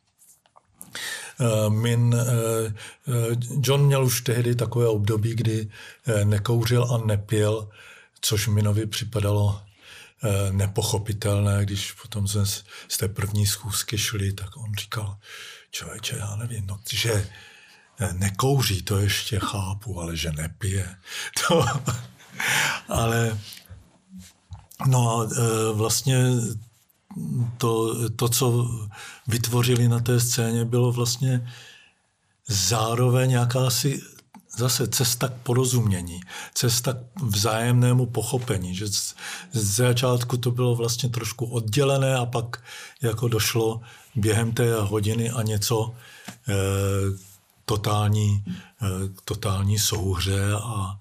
Min, John měl už tehdy takové období, kdy nekouřil a nepil, což Minovi připadalo nepochopitelné. Když potom jsme z té první schůzky šli, tak on říkal, člověče, já nevím, no, že nekouří, to ještě chápu, ale že nepije. To, ale no a vlastně to, to, co vytvořili na té scéně, bylo vlastně zároveň jakási zase cesta k porozumění, cesta k vzájemnému pochopení, že z, z začátku to bylo vlastně trošku oddělené a pak jako došlo během té hodiny a něco eh, totální, eh, totální souhře a,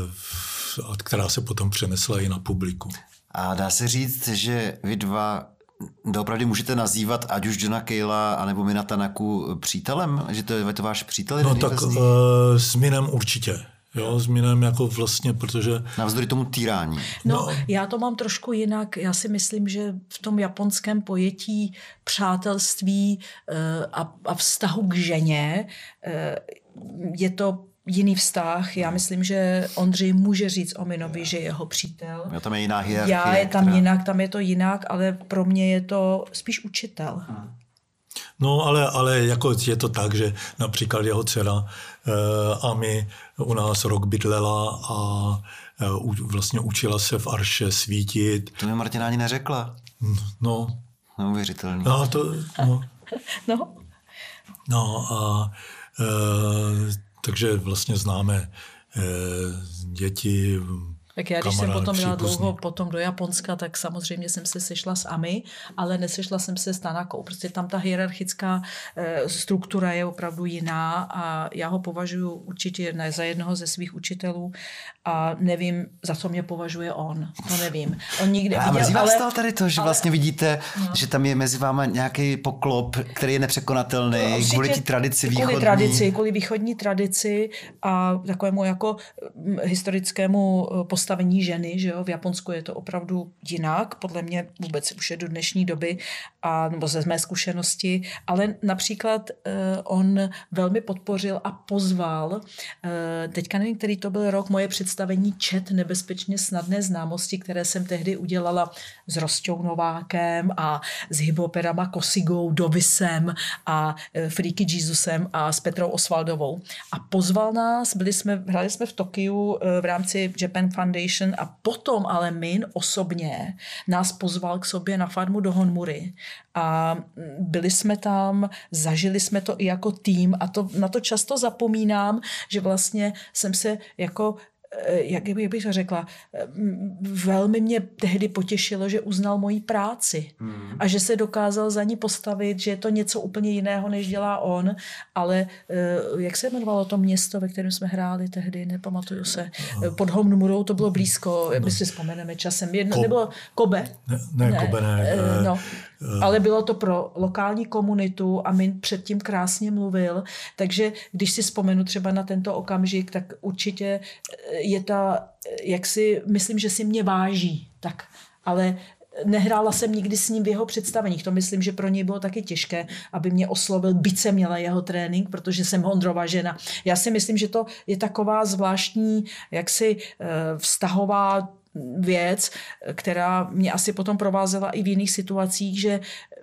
eh, a která se potom přenesla i na publiku. A dá se říct, že vy dva doopravdy můžete nazývat ať už Johna Calea anebo Mina Tanaku přítelem? Že to je to váš přítel? No tak uh, s Minem určitě. Jo, s Minem jako vlastně, protože... Navzdory tomu týrání. No, no, já to mám trošku jinak. Já si myslím, že v tom japonském pojetí přátelství uh, a, a vztahu k ženě uh, je to jiný vztah. Já myslím, že Ondřej může říct o Minovi, že je jeho přítel. Jo, tam je jiná hierarchie. Já je tam která... jinak, tam je to jinak, ale pro mě je to spíš učitel. Hmm. No, ale, ale jako je to tak, že například jeho dcera uh, Ami u nás rok bydlela a uh, vlastně učila se v Arše svítit. To mi Martina ani neřekla. No. Neuvěřitelný. No, to, no. no. No a uh, takže vlastně známe uh, děti, Tak já, když jsem potom jela dlouho potom do Japonska, tak samozřejmě jsem se sešla s Ami, ale nesešla jsem se s Tanakou. Prostě tam ta hierarchická e, struktura je opravdu jiná a já ho považuji určitě ne za jednoho ze svých učitelů a nevím, za co mě považuje on. To nevím. On nikdy a viděl, vás ale... tady to, že ale, vlastně vidíte, no. že tam je mezi váma nějaký poklop, který je nepřekonatelný, no, kvůli té tradici východní. Kvůli tradici, kvůli východní tradici a takovému jako historickému postavení ženy, že jo, v Japonsku je to opravdu jinak, podle mě vůbec už je do dnešní doby, a, nebo ze mé zkušenosti, ale například uh, on velmi podpořil a pozval, uh, teďka nevím, který to byl rok, moje představení Čet nebezpečně snadné známosti, které jsem tehdy udělala s Rostou Novákem a s hiphoperama Kosigou, Dovisem a uh, Freaky Jesusem a s Petrou Osvaldovou. A pozval nás, byli jsme, hráli jsme v Tokiu uh, v rámci Japan Foundation a potom ale Min osobně nás pozval k sobě na farmu do Honmury a byli jsme tam, zažili jsme to i jako tým a to, na to často zapomínám, že vlastně jsem se jako jak bych to řekla, velmi mě tehdy potěšilo, že uznal moji práci hmm. a že se dokázal za ní postavit, že je to něco úplně jiného, než dělá on, ale jak se jmenovalo to město, ve kterém jsme hráli tehdy, nepamatuju se, pod Honmurou to bylo blízko, my si vzpomeneme časem, jedno, Ko- nebylo Kobe? Ne, ne, ne Kobe ne. No. Ale bylo to pro lokální komunitu a Min předtím krásně mluvil, takže když si vzpomenu třeba na tento okamžik, tak určitě je ta, jak si, myslím, že si mě váží, tak, ale nehrála jsem nikdy s ním v jeho představeních. To myslím, že pro něj bylo taky těžké, aby mě oslovil, byť jsem měla jeho trénink, protože jsem Ondrova žena. Já si myslím, že to je taková zvláštní, jaksi vztahová věc, která mě asi potom provázela i v jiných situacích, že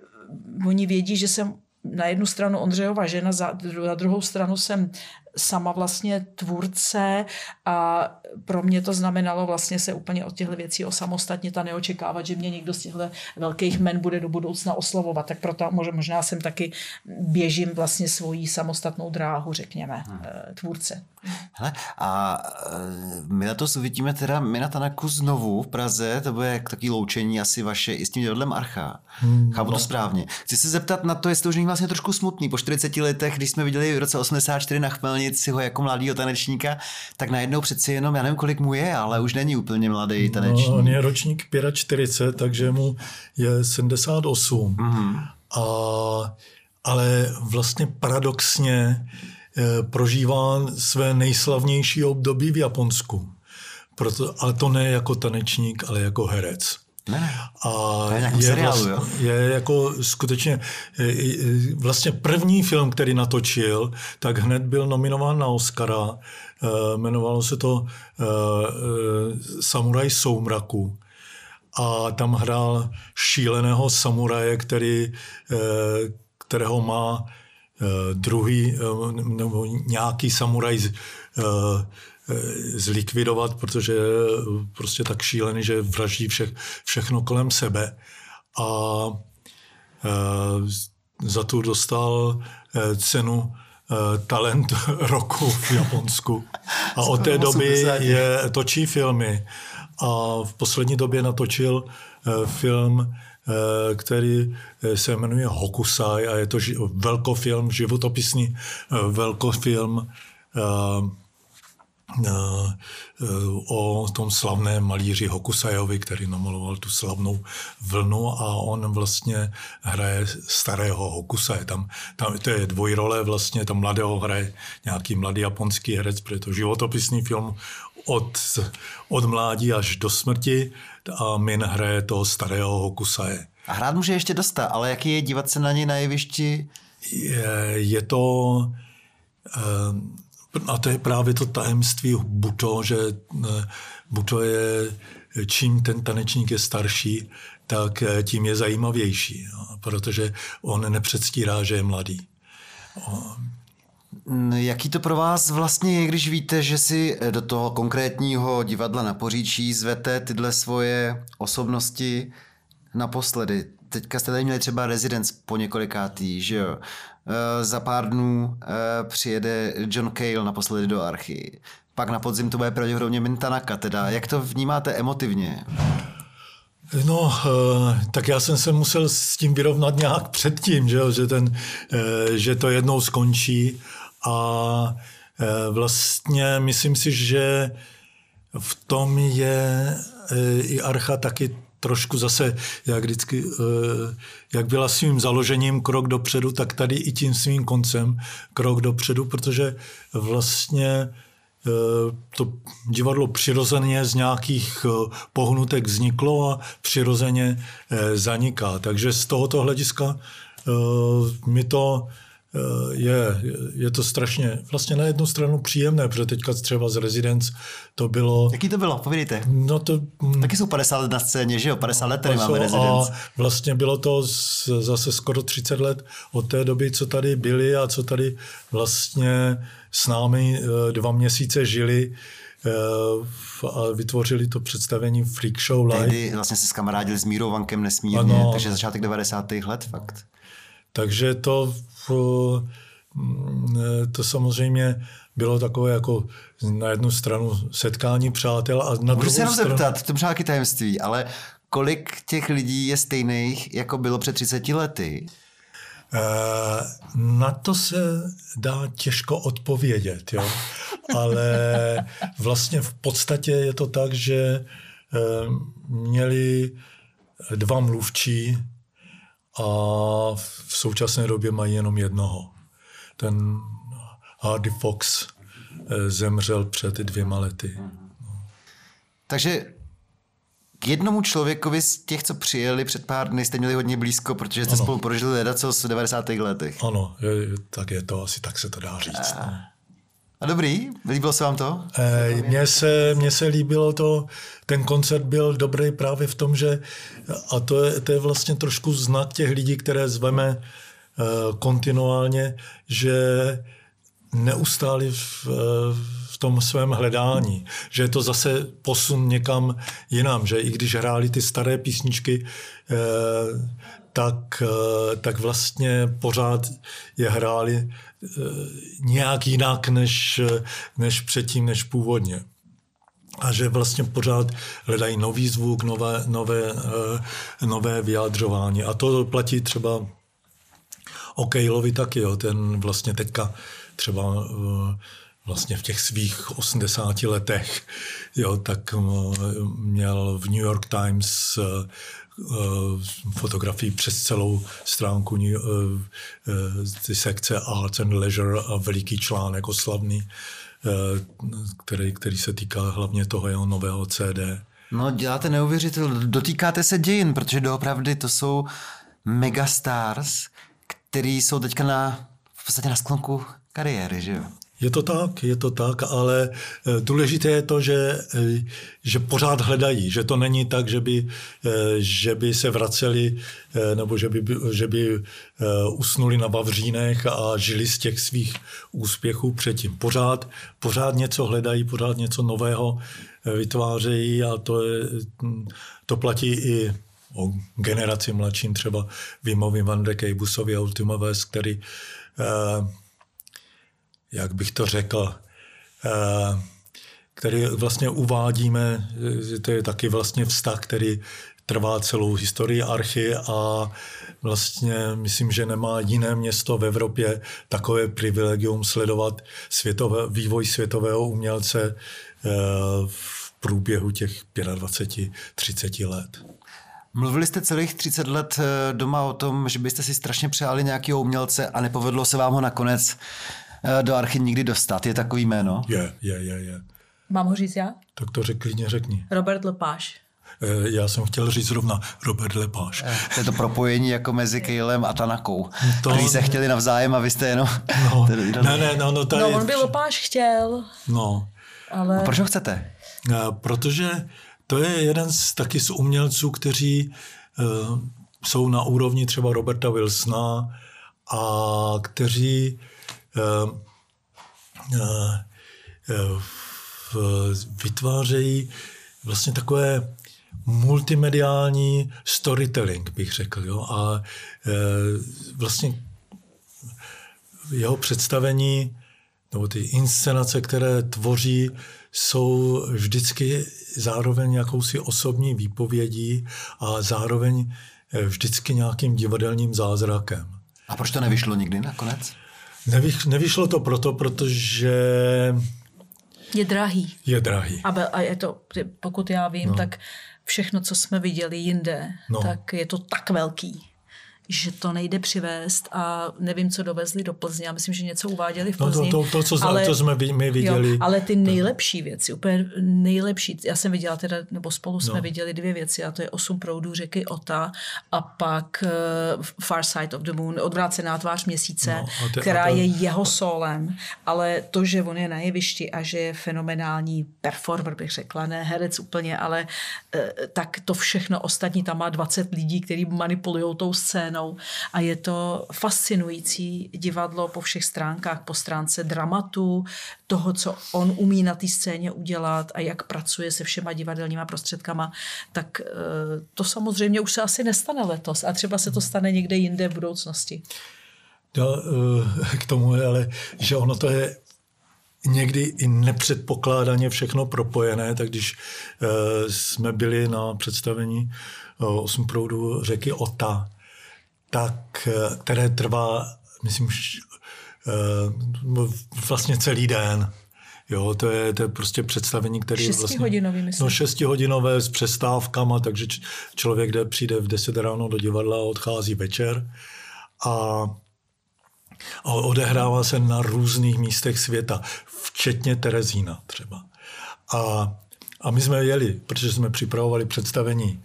oni vědí, že jsem na jednu stranu Ondřejova žena, za, na druhou stranu jsem sama vlastně tvůrce a pro mě to znamenalo vlastně se úplně od těchto věcí osamostatnit a neočekávat, že mě někdo z těchto velkých men bude do budoucna oslovovat. Tak proto možná jsem taky běžím vlastně svoji samostatnou dráhu, řekněme, hmm. tvůrce. Hele, a my letos uvidíme teda Mina Tanaku znovu v Praze, to bude takový loučení asi vaše i s tím divadlem Archa. Hmm, Chápu no. to správně. Chci se zeptat na to, jestli to už není vlastně trošku smutný. Po čtyřiceti letech, když jsme viděli v roce osmdesát čtyři na Chmelnici ho jako mladýho tanečníka, tak najednou přeci jenom, já nevím, kolik mu je, ale už není úplně mladý tanečník. No, on je ročník čtyřicet pět, takže mu je sedmdesát osm. Mm-hmm. A, ale vlastně paradoxně eh, prožívá své nejslavnější období v Japonsku. Proto, ale to ne jako tanečník, ale jako herec. Ne, a je, je, seriálu, vlastně, je jako skutečně vlastně první film, který natočil, tak hned byl nominován na Oscara. Jmenovalo se to Samuraj soumraku. A tam hrál šíleného samuraje, který, kterého má druhý nebo nějaký samuraj zlikvidovat, protože je prostě tak šílený, že vraždí vše, všechno kolem sebe. A e, za to dostal e, cenu e, talent roku v Japonsku. A od té doby je, točí filmy. A v poslední době natočil e, film, e, který se jmenuje Hokusai a je to ži, velkofilm, životopisný e, velkofilm e, o tom slavném malíři Hokusajovi, který namaloval tu slavnou vlnu a on vlastně hraje starého Hokusaje. Tam, tam to je dvojrole vlastně, tam mladého hraje nějaký mladý japonský herec, protože to životopisný film od, od mládí až do smrti a Min hraje toho starého Hokusaje. A hrát může ještě dosta, ale jaký je dívat se na něj na jevišti? Je, je to... A to je právě to tajemství Buto, že Buto je, čím ten tanečník je starší, tak tím je zajímavější, protože on nepředstírá, že je mladý. Jaký to pro vás vlastně je, když víte, že si do toho konkrétního divadla na Poříčí zvete tyhle svoje osobnosti naposledy? Teďka jste tady měli třeba Residence po několikátý, že jo? E, za pár dnů e, přijede John Cale naposledy do Archy. Pak na podzim to bude pravděpodobně Min Tanaka. Teda jak to vnímáte emotivně? No, e, tak já jsem se musel s tím vyrovnat nějak předtím, že, jo? Že, ten, e, že to jednou skončí a e, vlastně myslím si, že v tom je e, i Archa taky trošku zase, jak vždycky, jak byla svým založením krok dopředu, tak tady i tím svým koncem krok dopředu, protože vlastně to divadlo přirozeně z nějakých pohnutek vzniklo a přirozeně zaniká. Takže z tohoto hlediska mi to je, je to strašně vlastně na jednu stranu příjemné, protože teďka třeba z Residence to bylo... Jaký to bylo? Povídejte. No to... Taky jsou padesát let na scéně, že jo? padesát let tady máme Residence. A vlastně bylo to z, zase skoro třicet let od té doby, co tady byli a co tady vlastně s námi dva měsíce žili a vytvořili to představení Freak Show Live. Tehdy vlastně se skamarádili s Mírou Vankem nesmírně, ano. Takže začátek devadesátých let fakt. Takže to, to samozřejmě bylo takové jako na jednu stranu setkání přátel a na Můžu druhou se jenom stranu... zeptat, to možná taky tajemství, ale kolik těch lidí je stejných, jako bylo před třiceti lety? Na to se dá těžko odpovědět, jo? Ale vlastně v podstatě je to tak, že měli dva mluvčí a v současné době mají jenom jednoho. Ten Hardy Fox zemřel před dvěma lety. Takže k jednomu člověkovi z těch, co přijeli před pár dny, jste měli hodně blízko, protože jste ano. spolu prožili ledaco v devadesátých letech. Ano, je, tak je to, asi tak se to dá říct. A, no. a dobrý? Líbilo se vám to? E, mně se, mně se líbilo to, ten koncert byl dobrý právě v tom, že, a to je, to je vlastně trošku znak těch lidí, které zveme e, kontinuálně, že neustáli v, v tom svém hledání, že je to zase posun někam jinam, že i když hráli ty staré písničky, tak, tak vlastně pořád je hráli nějak jinak než, než předtím, než původně. A že vlastně pořád hledají nový zvuk, nové, nové, nové vyjádřování. A to platí třeba o Caleovi taky, jo. Ten vlastně teďka třeba vlastně v těch svých osmdesáti letech, jo, tak měl v New York Times fotografii přes celou stránku ty sekce Arts and Leisure a veliký článek oslavný, který, který se týká hlavně toho jeho nového C D. No děláte neuvěřitelné, dotýkáte se dějin, protože doopravdy to jsou megastars, který jsou teďka na, v podstatě na sklonku kariéry, že jo? Je to tak, je to tak, ale důležité je to, že, že pořád hledají, že to není tak, že by, že by se vraceli nebo že by, že by usnuli na Vavřínech a žili z těch svých úspěchů předtím. Pořád, pořád něco hledají, pořád něco nového vytvářejí a to, je, to platí i o generaci mladším, třeba Wimovi van de Kejbusovi a Ultima West, který jak bych to řekl, který vlastně uvádíme, to je taky vlastně vztah, který, trvá celou historii archy a vlastně myslím, že nemá jiné město v Evropě takové privilegium sledovat světové, vývoj světového umělce v průběhu těch dvacet pět třicet let. Mluvili jste celých třicet let doma o tom, že byste si strašně přáli nějakého umělce a nepovedlo se vám ho nakonec do archy nikdy dostat. Je takový jméno? Je, je, je, je. Mám ho říct já? Tak to řek, klidně řekni. Robert Lepage. Já jsem chtěl říct zrovna Robert Lepage. To je to propojení jako mezi Kejlem a Tanakou, to... kteří se chtěli navzájem a vy jste jenom... No, ne, ne, no, no, tady... no on by Lepage chtěl. No. Ale... A proč ho chcete? Protože to je jeden z taky z umělců, kteří uh, jsou na úrovni třeba Roberta Wilsona a kteří uh, uh, uh, vytvářejí vlastně takové multimediální storytelling, bych řekl. Jo? A e, vlastně jeho představení nebo ty inscenace, které tvoří, jsou vždycky zároveň jakousi osobní výpovědí a zároveň vždycky nějakým divadelním zázrakem. A proč to nevyšlo nikdy nakonec? Nevy, nevyšlo to proto, protože... Je drahý. Je drahý. A, a je to, pokud já vím, no. tak všechno, co jsme viděli jinde, no. tak je to tak velký, že to nejde přivést a nevím, co dovezli do Plzně. Já myslím, že něco uváděli v Plzni. No to, to, to, co ale, to jsme my viděli. Jo, ale ty nejlepší věci, úplně nejlepší, já jsem viděla teda, nebo spolu jsme no. viděli dvě věci a to je Osm proudů řeky Ota a pak uh, Far Side of the Moon, Odvrácená tvář měsíce, no, ty, která to... je jeho solem, ale to, že on je na jevišti a že je fenomenální performer, bych řekla, ne herec úplně, ale uh, tak to všechno ostatní, tam má dvacet lidí, kteří manipulují tou scénou. A je to fascinující divadlo po všech stránkách, po stránce dramatu, toho, co on umí na té scéně udělat a jak pracuje se všema divadelníma prostředkama, tak to samozřejmě už se asi nestane letos a třeba se to stane někde jinde v budoucnosti. No, k tomu, ale že ono to je někdy i nepředpokládaně všechno propojené, tak když jsme byli na představení Osm proudů řeky Ota, tak, které trvá, myslím, vlastně celý den. Jo, to je, to je prostě představení, které je vlastně... Šestihodinový, myslím. No, šestihodinové s přestávkama, takže člověk jde, přijde v deset ráno do divadla a odchází večer. A, a odehrává se na různých místech světa, včetně Terezína třeba. A, a my jsme jeli, protože jsme připravovali představení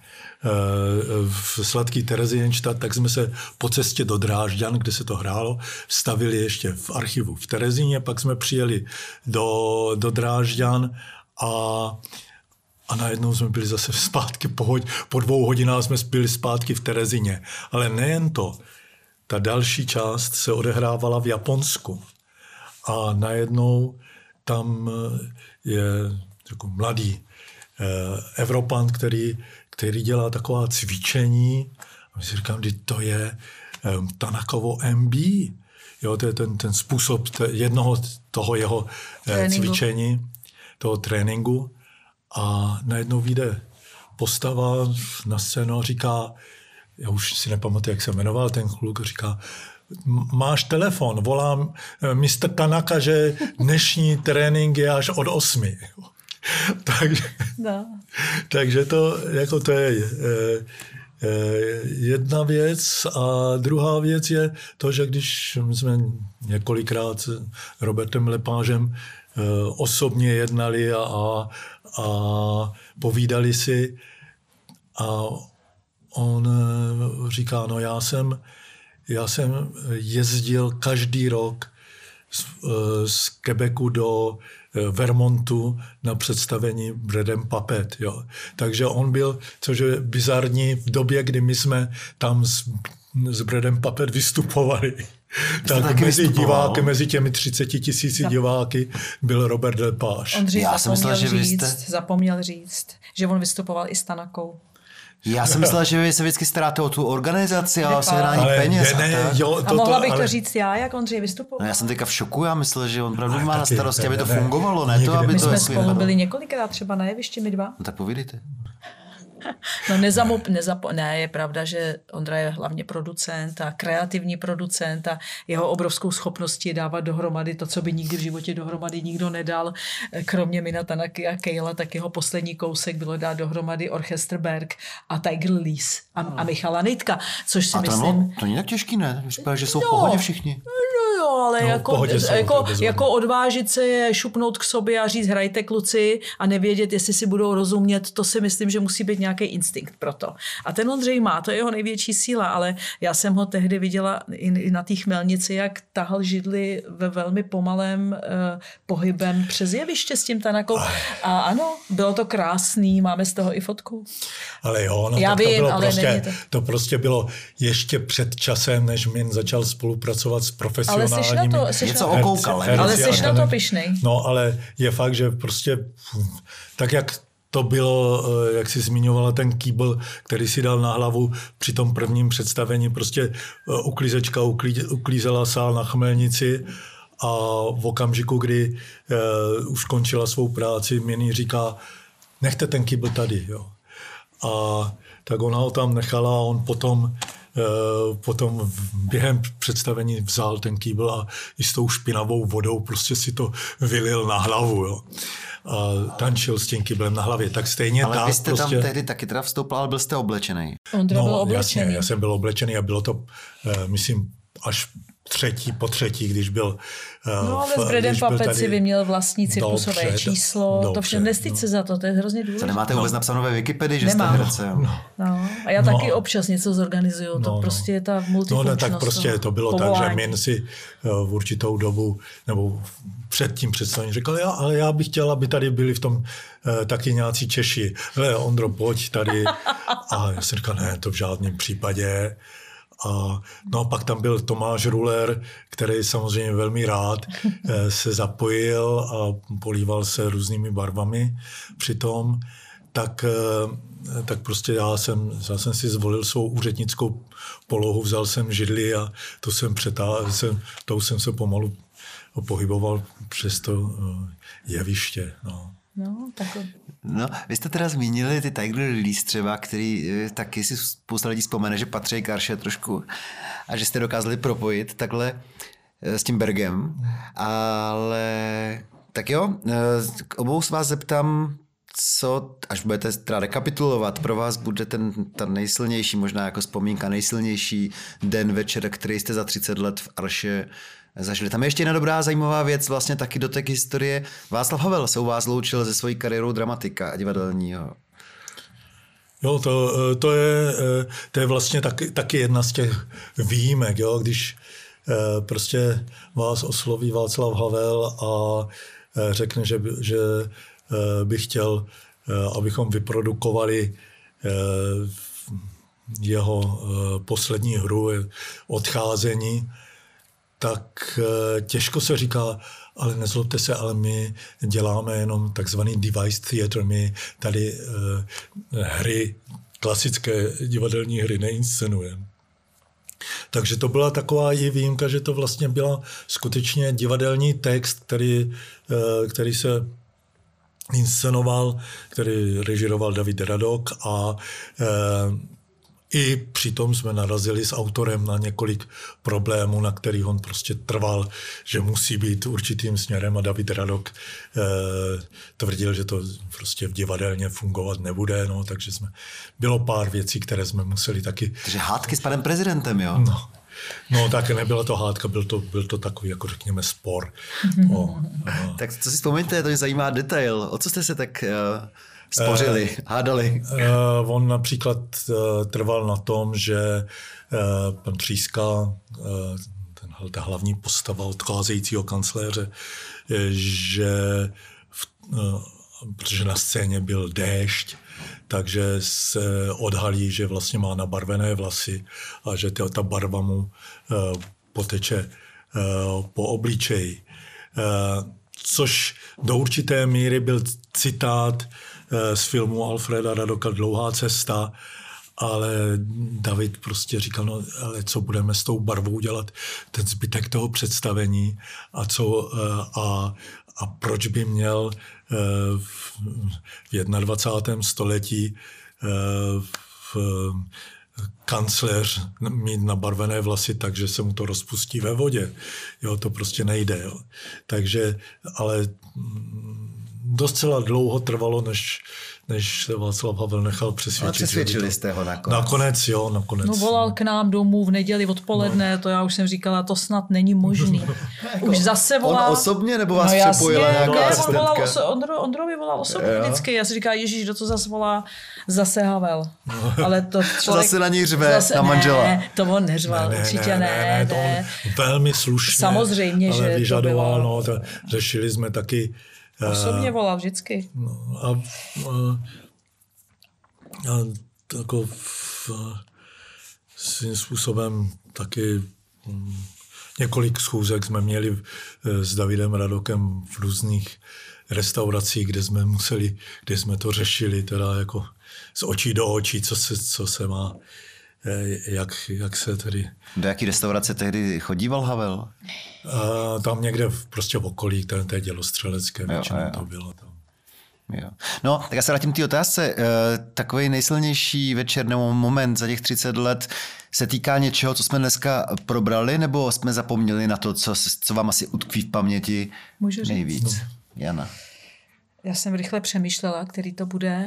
v sladký Terezienstadt, tak jsme se po cestě do Drážďan, kde se to hrálo, stavili ještě v archivu v Terezíně, pak jsme přijeli do, do Drážďan a, a najednou jsme byli zase zpátky, po, hod, po dvou hodinách jsme byli zpátky v Terezíně. Ale nejen to, ta další část se odehrávala v Japonsku a najednou tam je jako mladý eh, Evropan, který který dělá taková cvičení. A my si říkám, že to je um, Tanakovo M B. Jo, to je ten, ten způsob t- jednoho toho jeho eh, cvičení, toho tréninku. A najednou vyjde postava na scénu a říká, já už si nepamatuji, jak se jmenoval ten kluk, říká, máš telefon, volám mister Tanaka, že dnešní trénink je až od osmi. takže, no. takže to, jako to je eh, eh, jedna věc a druhá věc je to, že když jsme několikrát s Robertem Lepážem eh, osobně jednali a, a, a povídali si a on eh, říká, no já jsem, já jsem jezdil každý rok z, z Quebecu do Vermontu na představení Bread and Puppet. Jo. Takže on byl, což je bizarní, v době, kdy my jsme tam s, s Bread and Puppet vystupovali. Tak mezi diváky, mezi těmi třiceti tisíci diváky byl Robert Lepage. Ondřej Já jsem myslel, že vy jste... zapomněl říct, že on vystupoval i s Tanakou. Já jsem myslel, že vy se vždycky staráte o tu organizaci a o sehnání peněz. Ne, ne, jo, to, a mohla bych ale... to říct já, jak Ondřej vystupoval? No, já jsem teďka v šoku, já myslel, že on pravdu má na starosti, aby to fungovalo, ne, ne to, aby my to... jsme spolu byli několikrát třeba na jevišti, my dva. No tak povídejte. No nezamop, nezapo, ne, je pravda, že Ondra je hlavně producent a kreativní producent a jeho obrovskou schopností je dávat dohromady to, co by nikdy v životě dohromady nikdo nedal. Kromě Mina Tanaki a Kejla, tak jeho poslední kousek bylo dát dohromady Orchestr Berg a Tiger Lilies a, a Michala Nejtka, což si a to myslím... No, to není tak těžký, ne? Říká, že jsou no, v pohodě všichni. No jo, ale no, jako, jsou, jako, jako odvážit se je, šupnout k sobě a říct hrajte kluci a nevědět, jestli si budou rozumět, to si myslím, že musí být nějaký instinkt pro to. A ten Ondřej má, to je jeho největší síla, ale já jsem ho tehdy viděla i na té Chmelnici, jak tahal židli ve velmi pomalém uh, pohybem přes jeviště s tím Tanakou. A ano, bylo to krásný, máme z toho i fotku. Ale jo, no, já tak vím, to, bylo ale prostě, to... to prostě bylo ještě před časem, než Min začal spolupracovat s profesionálními. Ale seš na to, seš něco na to, okoukal, ale seš na to pyšnej. No, ale je fakt, že prostě tak, jak to bylo, jak jsi zmiňovala, ten kýbl, který si dal na hlavu při tom prvním představení, prostě uklízečka uklí, uklízela sál na Chmelnici a v okamžiku, kdy uh, už končila svou práci, Min říká, nechte ten kýbl tady. Jo. A tak ona ho tam nechala a on potom potom během představení vzal ten kýbl a i s tou špinavou vodou prostě si to vylil na hlavu. Jo. A tančil s tím kyblem na hlavě. Tak stejně ale tak vy jste prostě... tam tehdy taky teda vstoupil, ale byl jste oblečený. Ondra no, byl oblečený. Jasně, já jsem byl oblečený a bylo to, myslím, až třetí po třetí, když byl... No ale s Bredem Papeci vy měl vlastní cirkusové dobře, číslo, dobře, to vše nestyď no. se za to, to je hrozně důležité. To nemáte vůbec no. napsáno ve Wikipedii, že Nemám. jste herce? No. no. A já no. taky občas něco zorganizuju, to no, prostě je ta no, multifunkčnost. No tak prostě to bylo povolání. Tak, že Min si v určitou dobu, nebo před tím představením řekl, já, ale já bych chtěl, aby tady byli v tom uh, taky nějací Češi. Hele, Ondro, pojď tady. A já jsem říkal, ne, to v žádném případě. A no a pak tam byl Tomáš Ruler, který samozřejmě velmi rád se zapojil a políval se různými barvami přitom. Tak, tak prostě já jsem, já jsem si zvolil svou úřednickou polohu, vzal jsem židli a to jsem přetáhl, jsem, tou jsem se pomalu pohyboval přes to jeviště. No. No, tak... no, vy jste teda zmínili ty Tiger Lilies třeba, který taky si spousta lidí vzpomene, že patří k Arše trošku a že jste dokázali propojit takhle s tím Bergem, ale tak jo, k obou z vás zeptám, co, až budete teda rekapitulovat, pro vás bude ten ta nejsilnější, možná jako vzpomínka, nejsilnější den, večer, který jste za třicet let v Arše zažili. Tam je ještě jedna dobrá zajímavá věc, vlastně taky do té historie. Václav Havel se u vás loučil se svojí kariérou dramatika a divadelního. Jo, to, to, je, to je vlastně taky, taky jedna z těch výjimek, jo, když prostě vás osloví Václav Havel a řekne, že, že by chtěl, abychom vyprodukovali jeho poslední hru Odcházení, tak těžko se říká, ale nezlobte se, ale my děláme jenom takzvaný device theater, my tady uh, hry, klasické divadelní hry neinscenujeme. Takže to byla taková i výjimka, že to vlastně byla skutečně divadelní text, který, uh, který se inscenoval, který režíroval David Radok a uh, i přitom jsme narazili s autorem na několik problémů, na kterých on prostě trval, že musí být určitým směrem a David Radok eh, tvrdil, že to prostě v divadelně fungovat nebude, no, takže jsme, bylo pár věcí, které jsme museli taky... Takže hádky s panem prezidentem, jo? No, no tak nebyla to hádka, byl to, byl to takový, jako řekněme, spor. O, no. Tak co si vzpomeňte, to mě zajímá detail. O co jste se tak... Uh... spořili, uh, hádali. Uh, on například uh, trval na tom, že uh, pan Tříska, uh, ten, ta hlavní postava odcházejícího kancléře, že v, uh, protože na scéně byl déšť, takže se odhalí, že vlastně má nabarvené vlasy a že ta, ta barva mu uh, poteče uh, po obličeji. Uh, což do určité míry byl citát z filmu Alfreda Radoka Dlouhá cesta, ale David prostě říkal, no ale co budeme s tou barvou dělat, ten zbytek toho představení a, co, a, a proč by měl v dvacátém prvním století v, kancléř mít nabarvené vlasy tak, že se mu to rozpustí ve vodě. Jo, to prostě nejde. Jo. Takže, ale docela dlouho trvalo, než, než se Václav Havel nechal přesvědčit. Ale přesvědčili to... jste ho nakonec. Nakonec, jo, nakonec. No volal k nám domů v neděli odpoledne, no. To já už jsem říkala, to snad není možný. Už zase volal. On osobně, nebo vás no přepojila nějaká ne, asistentka? On volal oso... Ondro, Ondrovi volal osobně jo. Vždycky. Já si říkala, ježíš, kdo to zase volá? Zase Havel. No. Ale to člověk... Zase na ní řve, zase... na manžela. Ne, to on neřval, ne, ne, určitě ne. ne, ne, ne. To velmi slušně. Samozřejmě, ale že vyžadoval, to bylo... no, to řešili jsme taky. Osobně volal vždycky. No, a, a, a tako v, svým způsobem taky m, několik schůzek jsme měli s Davidem Radokem v různých restauracích, kde jsme museli, kde jsme to řešili teda jako z očí do očí, co se, co se má, jak, jak se tedy... Do jaký restaurace tehdy chodíval Havel? A tam někde v, prostě v okolí, té, té dělostřelecké, většinou to bylo tam. Jo. No, tak já se vrátím k té otázce. E, takový nejsilnější večer nebo moment za těch třicet let se týká něčeho, co jsme dneska probrali, nebo jsme zapomněli na to, co, co vám asi utkví v paměti Můžu říct? nejvíc? No. Jana. Já jsem rychle přemýšlela, který to bude.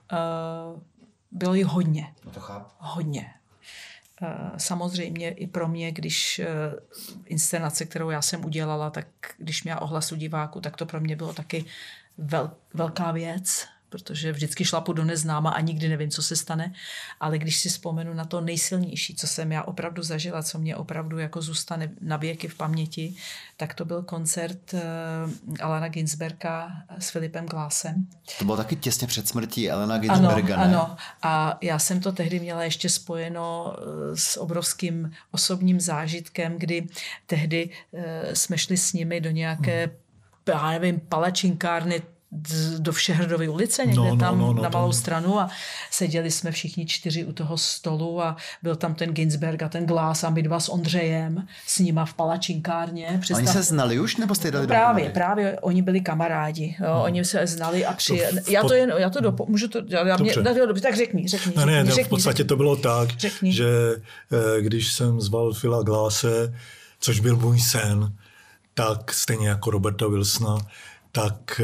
Uh, bylo jich hodně. No to chápu. Hodně. Uh, samozřejmě i pro mě, když uh, inscenace, kterou já jsem udělala, tak když měla ohlas u diváku, tak to pro mě bylo taky vel, velká věc, protože vždycky šlapu do neznáma a nikdy nevím, co se stane. Ale když si vzpomenu na to nejsilnější, co jsem já opravdu zažila, co mě opravdu jako zůstane na věky v paměti, tak to byl koncert uh, Allena Ginsberga s Philipem Glassem. To bylo taky těsně před smrtí Allena Ginsberga, ano, ne? Ano, a já jsem to tehdy měla ještě spojeno s obrovským osobním zážitkem, kdy tehdy uh, jsme šli s nimi do nějaké, hmm. já nevím, palačinkárny do Všehradovy ulice, někde no, no, tam no, no, na malou no. stranu a seděli jsme všichni čtyři u toho stolu a byl tam ten Ginsberg a ten Glass a my dva s Ondřejem s nima v palačinkárně. Představ... Oni se znali už, nebo jste jeli no, právě, dohromady? Právě, oni byli kamarádi, jo, hmm. oni se znali a přijeli. To já to jen, já to dopo... můžu to, já, mě, dobře, tak řekni, řekni. Ne, ne, řekni, ne řekni, v podstatě řekni. To bylo tak, řekni. Že když jsem zval Phila Glasse, což byl můj sen, tak stejně jako Roberta Wilsona, tak,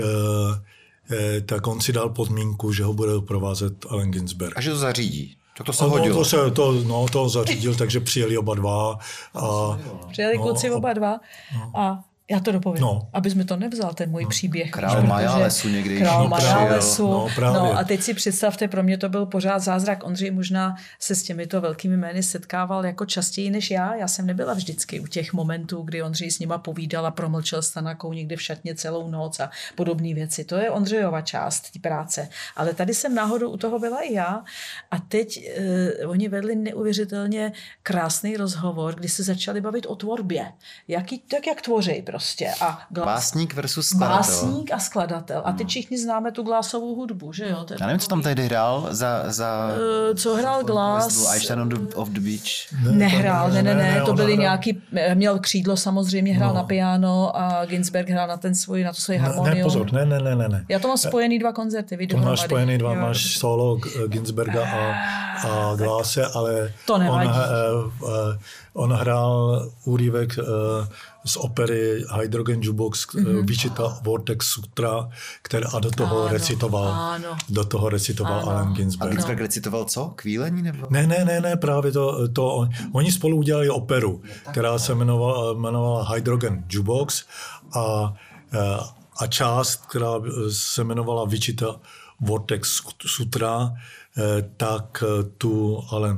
eh, tak on si dal podmínku, že ho bude provázet Allen Ginsberg. A že to zařídí. Tak to se no, hodilo. To, se, to, no, to zařídil, takže přijeli oba dva. A, přijeli no, kluci oba dva no. a já to dopovím, no. abys mi to nevzal, ten můj příběh. Král Majalesu někdy. Král no, Majalesu. No, no a teď si představte, pro mě to byl pořád zázrak. Ondřej možná se s těmito velkými jmény setkával jako častěji než já. Já jsem nebyla vždycky u těch momentů, kdy Ondřej s nima povídal a promlčel s Tanakou někde v šatně celou noc a podobné věci. To je Ondřejova část té práce. Ale tady jsem náhodou u toho byla i já. A teď eh, oni vedli neuvěřitelně krásný rozhovor, kdy se začali bavit o tvorbě. Jaký, tak jak tvoří prostě. A Glass, básník versus skladatel. Básník a skladatel. A teď všichni známe tu Glassovou hudbu, že jo? Já nevím, co tam tehdy hrál za... za uh, co hrál Glass? Einstein on the, of the Beach. Ne, Nehrál, ne, ne, ne, to byly nějaký, měl křídlo samozřejmě, hrál no. na piano a Ginsberg hrál na ten svůj, na to svoji harmonium. Ne, pozor, ne, ne, ne, ne. Já to mám spojený dva koncerty, vy to máš spojený dva, jo. Máš solo Ginsberga a, a Glasse, ale to nevadí. On, uh, on hrál úryvek uh, z opery Hydrogen Jukebox, mm-hmm. Wichita Vortex Sutra, který a do toho ano, recitoval, ano. do toho recitoval ano. Allen Ginsberg. A Ginsberg recitoval co? Kvílení nebo? Ne, ne, ne, ne, právě to, to oni spolu udělali operu, která se jmenovala, jmenovala Hydrogen Jukebox a, a část, která se jmenovala Wichita Vortex Sutra, tak tu ale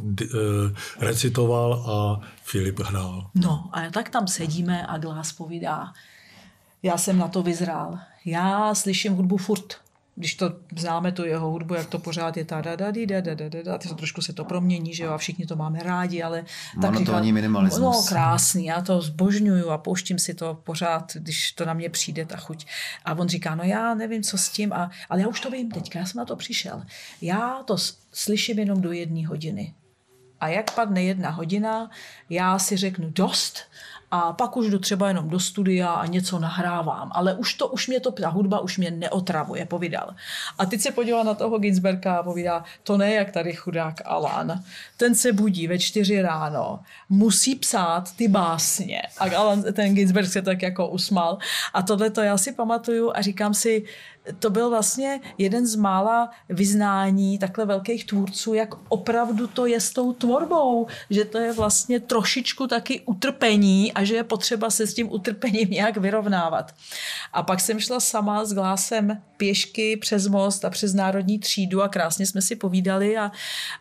recitoval a Filip hrál. No a tak tam sedíme a Glass povídá, já jsem na to vyzrál. Já slyším hudbu furt. Když to známe, tu jeho hudbu, jak to pořád je ta da da da da da da da, trošku se to promění, že jo, a všichni to máme rádi, ale tak monotónní minimalismus. No, krásný, já to zbožňuju a pouštím si to pořád, když to na mě přijde, ta chuť. A on říká, no já nevím, co s tím, a, ale já už to vím teďka, já jsem na to přišel. Já to slyším jenom do jedné hodiny. A jak padne jedna hodina, já si řeknu dost a pak už jdu třeba jenom do studia a něco nahrávám, ale už to, už mě to, ta hudba už mě neotravuje, povídal. A teď se podíval na toho Ginsberga a povídá, to ne jak tady chudák Alan, ten se budí ve čtyři ráno, musí psát ty básně. A Alan, ten Ginsberg se tak jako usmál. A tohle to já si pamatuju a říkám si, to byl vlastně jeden z mála vyznání takhle velkých tvůrců, jak opravdu to je s tou tvorbou, že to je vlastně trošičku taky utrpení a že je potřeba se s tím utrpením nějak vyrovnávat. A pak jsem šla sama s Glásem pěšky přes most a přes Národní třídu a krásně jsme si povídali a,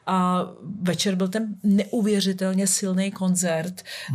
a večer byl ten neuvěřitelně silný koncert, hmm.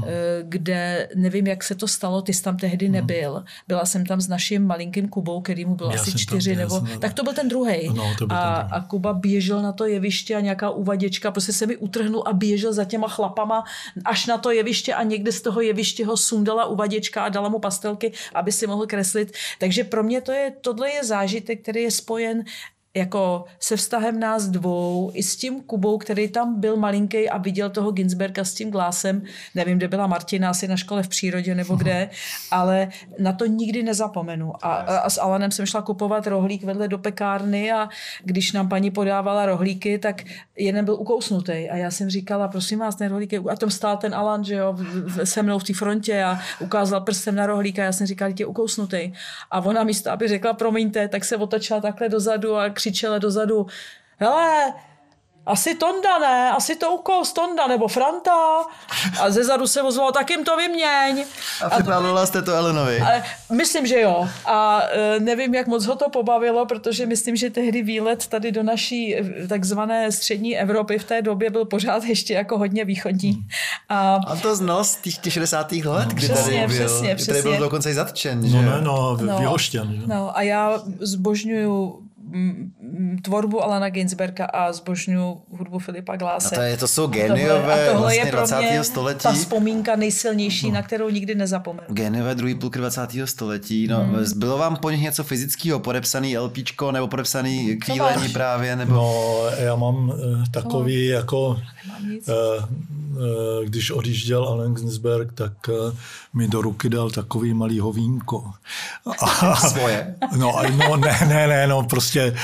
kde nevím, jak se to stalo, ty jsi tam tehdy nebyl. Byla jsem tam s naším malinkým Kubou, který mu byl asi čtyři, tam, nebo, tak to byl ten druhej. No, to byl a, ten a Kuba běžel na to jeviště a nějaká uvaděčka prostě se mi utrhnul a běžel za těma chlapama až na to jeviště a někde z toho jeviště ho sundala uvaděčka a dala mu pastelky, aby si mohl kreslit. Takže pro mě to je, tohle je zážitek, který je spojen jako se vztahem nás dvou, i s tím Kubou, který tam byl malinký a viděl toho Ginsberga s tím Glásem, nevím, kde byla Martina, asi na škole v přírodě nebo kde, ale na to nikdy nezapomenu. A, a, a s Alanem jsem šla kupovat rohlík vedle do pekárny a když nám paní podávala rohlíky, tak jeden byl ukousnutý a já jsem říkala, prosím vás, ten rohlík je... A tam stál ten Alan, že jo, se mnou v té frontě a ukázal prstem na rohlíka a já jsem říkala, je ukousnutý. A ona místo, aby řekla promiňte, tak se otočila takhle dozadu a křičela dozadu, hele, asi Tonda, ne? Asi to ukous Tonda, nebo Franta. A zezadu se ozval, tak jim to vyměň. A připravila jste to Elenovi. A, myslím, že jo. A e, nevím, jak moc ho to pobavilo, protože myslím, že tehdy výlet tady do naší takzvané střední Evropy v té době byl pořád ještě jako hodně východní. A, a to znal z těch šedesátých let, no, kdy přesně, tady byl. Přesně, přesně. Tady byl dokonce i zatčen, no, že? Ne, no, no, vyhoštěn. No, a já zbožňuju tvorbu Alana Ginsberga a zbožňuju hudbu Filipa Gláse. A to, je, to jsou géniové vlastně dvacátého století. Ta vzpomínka nejsilnější, no. na kterou nikdy nezapomenu. Géniové druhý půlky dvacátého století. No, hmm. Bylo vám po nich něco fyzického, podepsaný LPčko nebo podepsaný kvílení právě? Nebo... No, já mám uh, takový no. jako... Uh, když odjížděl Alan Ginsberg, tak mi do ruky dal takový malý hovínko. A, Svoje? No, no ne, ne, ne, no prostě,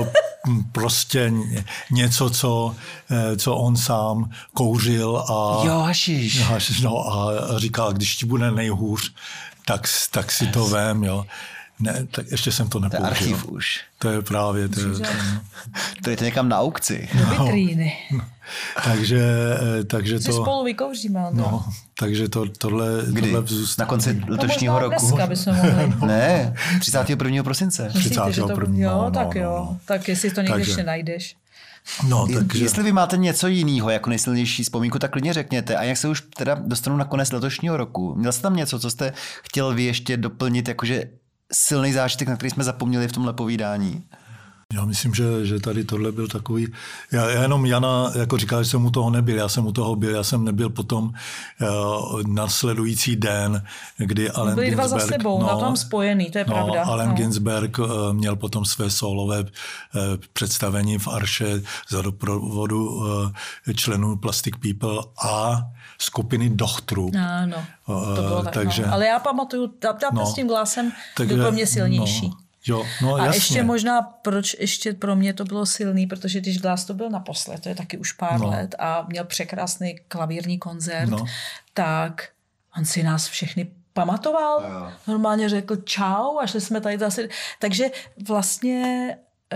prostě něco, co, co on sám kouřil a, jo, hašiš. No, a říkal, když ti bude nejhůř, tak, tak si to vem, jo. Ne, tak ještě jsem to nepoužil. To je archiv už. To je právě... To, je, to je to někam na aukci. Do vitríny. No, takže, takže to... Si spolu vykouříme. No, takže to, tohle... Kdy? Tohle vzůst... Na konci letošního no, roku? Dneska bychom mohli. Ne, třicátého prvního prosince. třicátého prvního Jo, no, tak no, jo. No. Tak jestli to někde takže, ještě najdeš. No, takže... Jestli vy máte něco jiného jako nejsilnější vzpomínku, tak klidně řekněte. A jak se už teda dostanu na konec letošního roku? Měl jste tam něco, co jste chtěl vy ještě doplnit, jakože silný zážitek, na který jsme zapomněli v tomhle povídání? Já myslím, že, že tady tohle byl takový... Já, já jenom Jana jako říkal, že jsem u toho nebyl. Já jsem u toho byl. Já jsem nebyl potom uh, následující den, kdy Allen byli Ginsberg... dva za sebou, no, na tom spojený, to je no, pravda. Allen no. Ginsberg uh, měl potom své solové uh, představení v Arše za doprovodu uh, členů Plastic People a skupiny Dochtrů. Ano, to bylo tak. Takže, no. Ale já pamatuju, tam, tam no, s tím Glásem takže, byl pro mě silnější. No, jo, no, a jasně. ještě možná, proč ještě pro mě to bylo silný, protože když Glás to byl naposled, to je taky už pár no. let a měl překrásný klavírní koncert, no. tak on si nás všechny pamatoval. Jo. Normálně řekl čau a šli jsme tady zase. Takže vlastně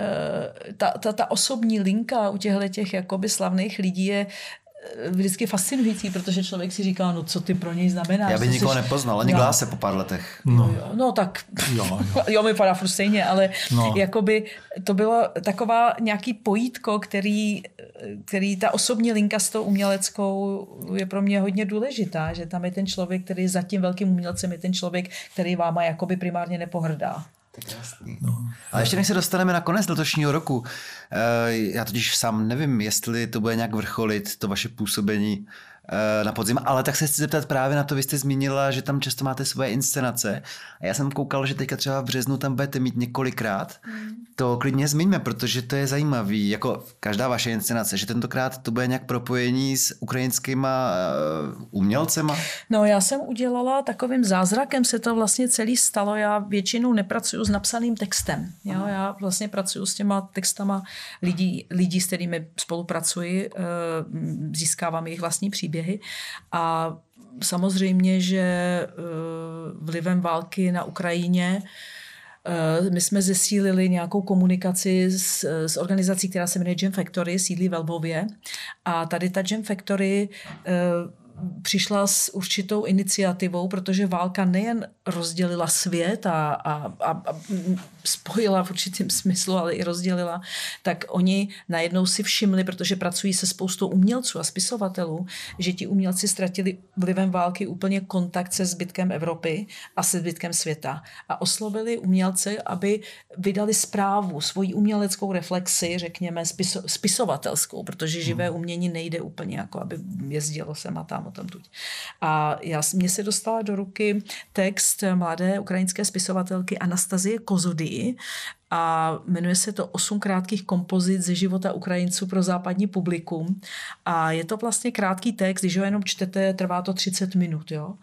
ta, ta, ta osobní linka u těchto těch jakoby slavných lidí je vždycky fascinující, protože člověk si říká, no co ty pro něj znamenáš. Já bych nikoho jsi... nepoznal, ani no. Gláse po pár letech. No, jo, no tak, jo, jo. jo mi padá furt stejně, ale no. jakoby to bylo taková nějaký pojítko, který, který ta osobní linka s tou uměleckou je pro mě hodně důležitá, že tam je ten člověk, který za tím velkým umělcem je ten člověk, který váma jakoby primárně nepohrdá. No. Ale ještě než se dostaneme na konec letošního roku, já totiž sám nevím, jestli to bude nějak vrcholit, to vaše působení na podzim, ale tak se chci zeptat právě na to, vy jste zmínila, že tam často máte svoje inscenace a já jsem koukal, že teďka třeba v březnu tam budete mít několikrát. Mm. To klidně zmiňme, protože to je zajímavý, jako každá vaše inscenace, že tentokrát to bude nějak propojení s ukrajinskýma umělcema. No já jsem udělala takovým zázrakem, se to vlastně celý stalo, já většinou nepracuju s napsaným textem, jo? Já vlastně pracuju s těma textama lidí, lidí, s kterými spolupracuji, získávám jejich vlastní příběhy a samozřejmě, že vlivem války na Ukrajině my jsme zesílili nějakou komunikaci s, s organizací, která se jmenuje Jam Factory, sídlí ve Lvově. A tady ta Jam Factory přišla s určitou iniciativou, protože válka nejen rozdělila svět a, a, a, a spojila v určitém smyslu, ale i rozdělila, tak oni najednou si všimli, protože pracují se spoustou umělců a spisovatelů, že ti umělci ztratili vlivem války úplně kontakt se zbytkem Evropy a se zbytkem světa. A oslovili umělce, aby vydali zprávu, svoji uměleckou reflexi, řekněme, spiso, spisovatelskou, protože živé umění nejde úplně, jako aby jezdilo sem a tam. Tamtuť. A já, mně se dostala do ruky text mladé ukrajinské spisovatelky Anastazie Kozody a jmenuje se to Osm krátkých kompozic ze života Ukrajinců pro západní publikum. A je to vlastně krátký text, když ho jenom čtete, trvá to třicet minut. Jo?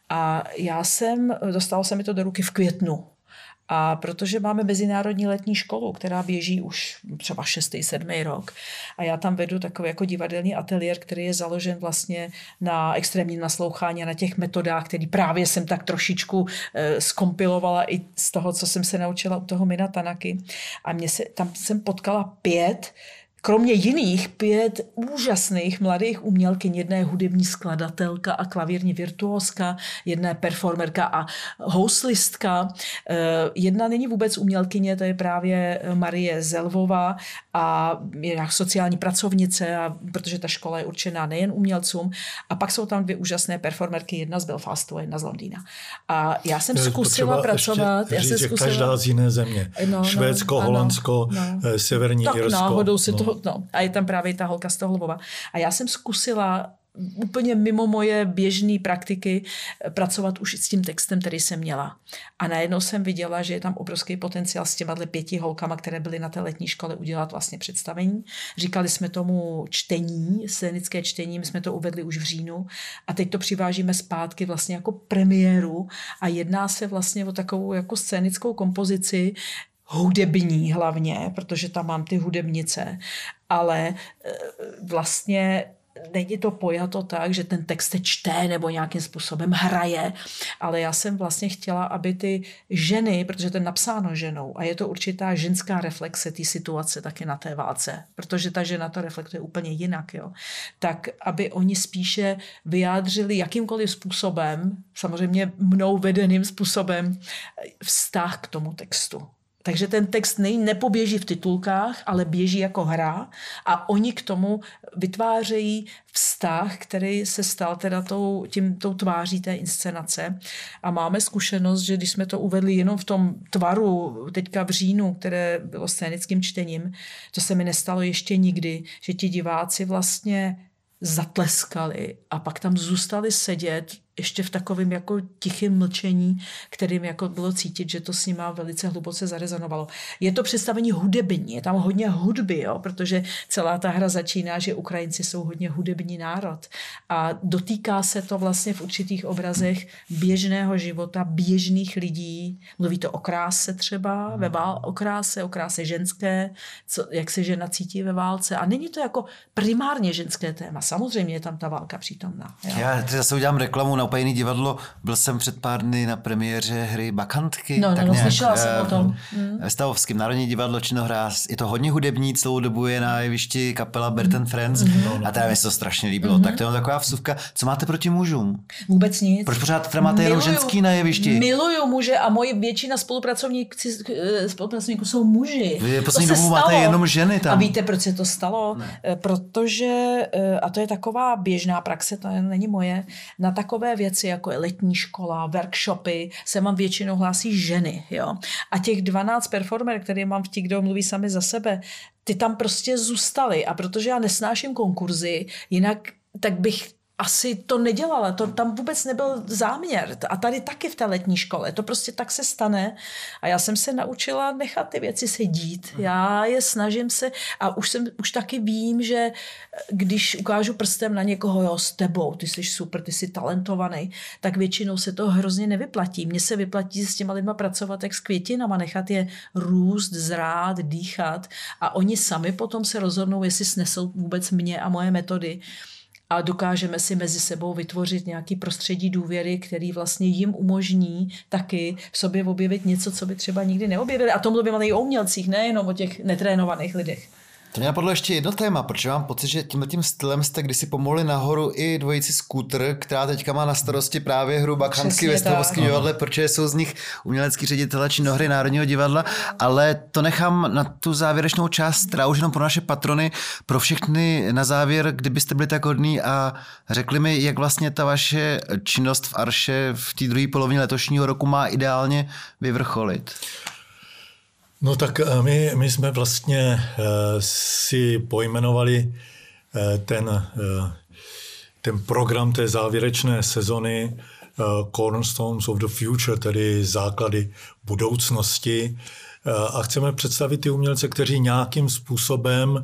A já jsem, dostala se mi to do ruky v květnu. A protože máme mezinárodní letní školu, která běží už třeba šestý, sedmý rok a já tam vedu takový jako divadelní ateliér, který je založen vlastně na extrémním naslouchání a na těch metodách, který právě jsem tak trošičku eh, skompilovala i z toho, co jsem se naučila u toho Mina Tanaky. A mě se, tam jsem potkala pět kromě jiných pět úžasných mladých umělkyň, jedna je hudební skladatelka a klavírní virtuózka, jedna je performerka a houslistka, jedna není vůbec umělkyně, to je právě Marie Zelvová a je sociální pracovnice, a, protože ta škola je určená nejen umělcům. A pak jsou tam dvě úžasné performerky, jedna z Belfastu a jedna z Londýna. A já jsem zkusila pracovat. Já jsem zkusila... Každá z jiné země. No, Švédsko, no, Holandsko, ano, no. Severní tak Irsko. Náhodou si no. to, no. A je tam právě ta holka z toho Lvova. A já jsem zkusila úplně mimo moje běžné praktiky pracovat už s tím textem, který jsem měla. A najednou jsem viděla, že je tam obrovský potenciál s těma pěti holkama, které byly na té letní škole, udělat vlastně představení. Říkali jsme tomu čtení, scénické čtení, my jsme to uvedli už v říjnu a teď to přivážíme zpátky vlastně jako premiéru a jedná se vlastně o takovou jako scénickou kompozici, hudební hlavně, protože tam mám ty hudebnice, ale vlastně není to pojato tak, že ten text se čte nebo nějakým způsobem hraje, ale já jsem vlastně chtěla, aby ty ženy, protože to je napsáno ženou a je to určitá ženská reflexe té situace taky na té válce, protože ta žena to reflektuje úplně jinak, jo, tak aby oni spíše vyjádřili jakýmkoliv způsobem, samozřejmě mnou vedeným způsobem, vztah k tomu textu. Takže ten text nej, nepoběží v titulkách, ale běží jako hra a oni k tomu vytvářejí vztah, který se stal teda tou, tím, tou tváří té inscenace. A máme zkušenost, že když jsme to uvedli jenom v tom tvaru teďka v říjnu, které bylo scénickým čtením, to se mi nestalo ještě nikdy, že ti diváci vlastně zatleskali a pak tam zůstali sedět ještě v takovém jako tichém mlčení, kterým jako bylo cítit, že to s nima velice hluboce zarezonovalo. Je to představení hudební, je tam hodně hudby, jo, protože celá ta hra začíná, že Ukrajinci jsou hodně hudební národ a dotýká se to vlastně v určitých obrazech běžného života, běžných lidí. Mluví to o kráse třeba, ve vál, o kráse, o kráse ženské, co, jak se žena cítí ve válce a není to jako primárně ženské téma. Samozřejmě je tam ta válka přítomná. Jo. Já teď zase udělám reklamu na úplně jiný divadlo. Byl jsem před pár dny na premiéře hry Bakantky. No, no, tak no nějak, slyšela jsem o tom. Hmm. Ve Stavovském Národní divadlo Činohráz. Je to hodně hudební, celou dobu je na jevišti kapela Bert and Friends mm-hmm. a tam mi se to strašně líbilo. Mm-hmm. Tak to je taková vsuvka. Co máte proti mužům? Vůbec nic. Proč pořád máte jenom ženský na jevišti? Miluju muže a moji většina spolupracovníků, spolupracovníků jsou muži. Vy poslední dobu máte jenom ženy tam. A víte, proč se to stalo? Ne. Protože, a to je taková běžná praxe, to není moje, na takové věci, jako je letní škola, workshopy, se mám většinou hlásí ženy. Jo? A těch dvanáct performer, které mám v těch, kdo mluví sami za sebe, ty tam prostě zůstaly. A protože já nesnáším konkurzy, jinak tak bych asi to nedělala, to tam vůbec nebyl záměr. A tady taky v té letní škole, to prostě tak se stane. A já jsem se naučila nechat ty věci se dít. Já je snažím se, a už, jsem, už taky vím, že když ukážu prstem na někoho, jo, s tebou, ty jsi super, ty jsi talentovaný, tak většinou se to hrozně nevyplatí. Mně se vyplatí s těma lidma pracovat jak s květinama, nechat je růst, zrát, dýchat a oni sami potom se rozhodnou, jestli snesou vůbec mě a moje metody. A dokážeme si mezi sebou vytvořit nějaký prostředí důvěry, který vlastně jim umožní taky v sobě objevit něco, co by třeba nikdy neobjevili. A to mluvím ale i o umělcích, nejenom o těch netrénovaných lidech. To mě napadlo ještě jedno téma, protože mám pocit, že tímhletím stylem jste kdysi pomohli nahoru i dvojici Scooter, která teďka má na starosti právě hru Bakchanský ve Stavovském divadle, protože jsou z nich umělecký ředitelé činohry Národního divadla, ale to nechám na tu závěrečnou část, která už jenom pro naše patrony, pro všechny na závěr, kdybyste byli tak hodní a řekli mi, jak vlastně ta vaše činnost v Arše v té druhé polovině letošního roku má ideálně vyvrcholit. No tak my, my jsme vlastně uh, si pojmenovali uh, ten, uh, ten program té závěrečné sezony uh, Cornerstones of the Future, tedy základy budoucnosti. Uh, a chceme představit ty umělce, kteří nějakým způsobem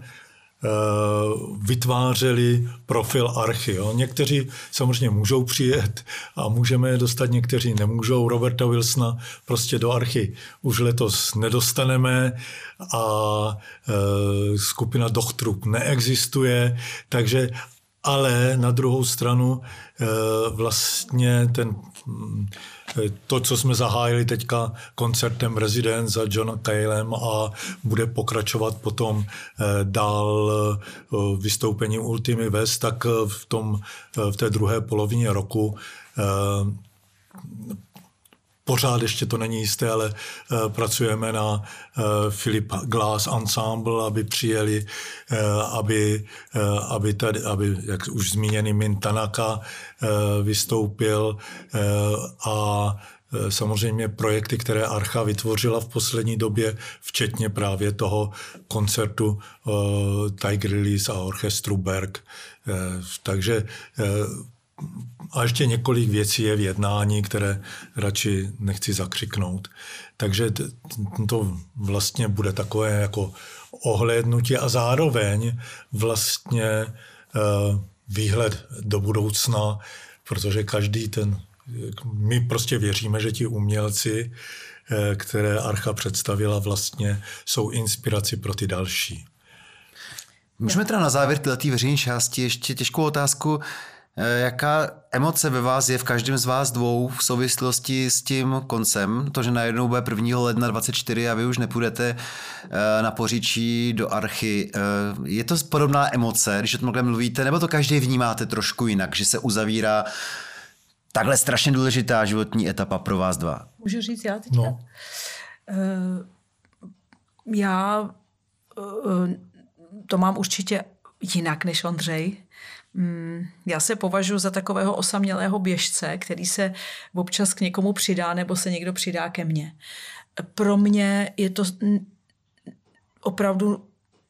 vytvářeli profil Archy. Jo. Někteří samozřejmě můžou přijet a můžeme je dostat, někteří nemůžou. Roberta Wilsona prostě do Archy už letos nedostaneme a e, skupina Dochtrup neexistuje, takže ale na druhou stranu e, vlastně ten to, co jsme zahájili teďka koncertem Residence za Johna Calem a bude pokračovat potom dál vystoupením Ultimy West, tak v, tom, v té druhé polovině roku pořád ještě to není jisté, ale uh, pracujeme na uh, Philip Glass Ensemble, aby přijeli, uh, aby, uh, aby, tady, aby, jak už zmíněný Min Tanaka uh, vystoupil uh, a uh, samozřejmě projekty, které Archa vytvořila v poslední době, včetně právě toho koncertu uh, Tiger Lilies a orchestru Berg. Uh, takže uh, a ještě několik věcí je v jednání, které radši nechci zakřiknout. Takže to vlastně bude takové jako ohlédnutí a zároveň vlastně výhled do budoucna, protože každý ten, my prostě věříme, že ti umělci, které Archa představila, vlastně jsou inspirací pro ty další. Můžeme teda na závěr této veřejné části ještě těžkou otázku. Jaká emoce ve vás je v každém z vás dvou v souvislosti s tím koncem? To, že najednou bude prvního ledna dvacet čtyři a vy už nepůjdete na Poříčí do Archy. Je to podobná emoce, když o tom mluvíte, nebo to každý vnímáte trošku jinak, že se uzavírá takhle strašně důležitá životní etapa pro vás dva? Můžu říct já teďka? No. Uh, já uh, to mám určitě jinak než Ondřej. Já se považuji za takového osamělého běžce, který se občas k někomu přidá, nebo se někdo přidá ke mně. Pro mě je to opravdu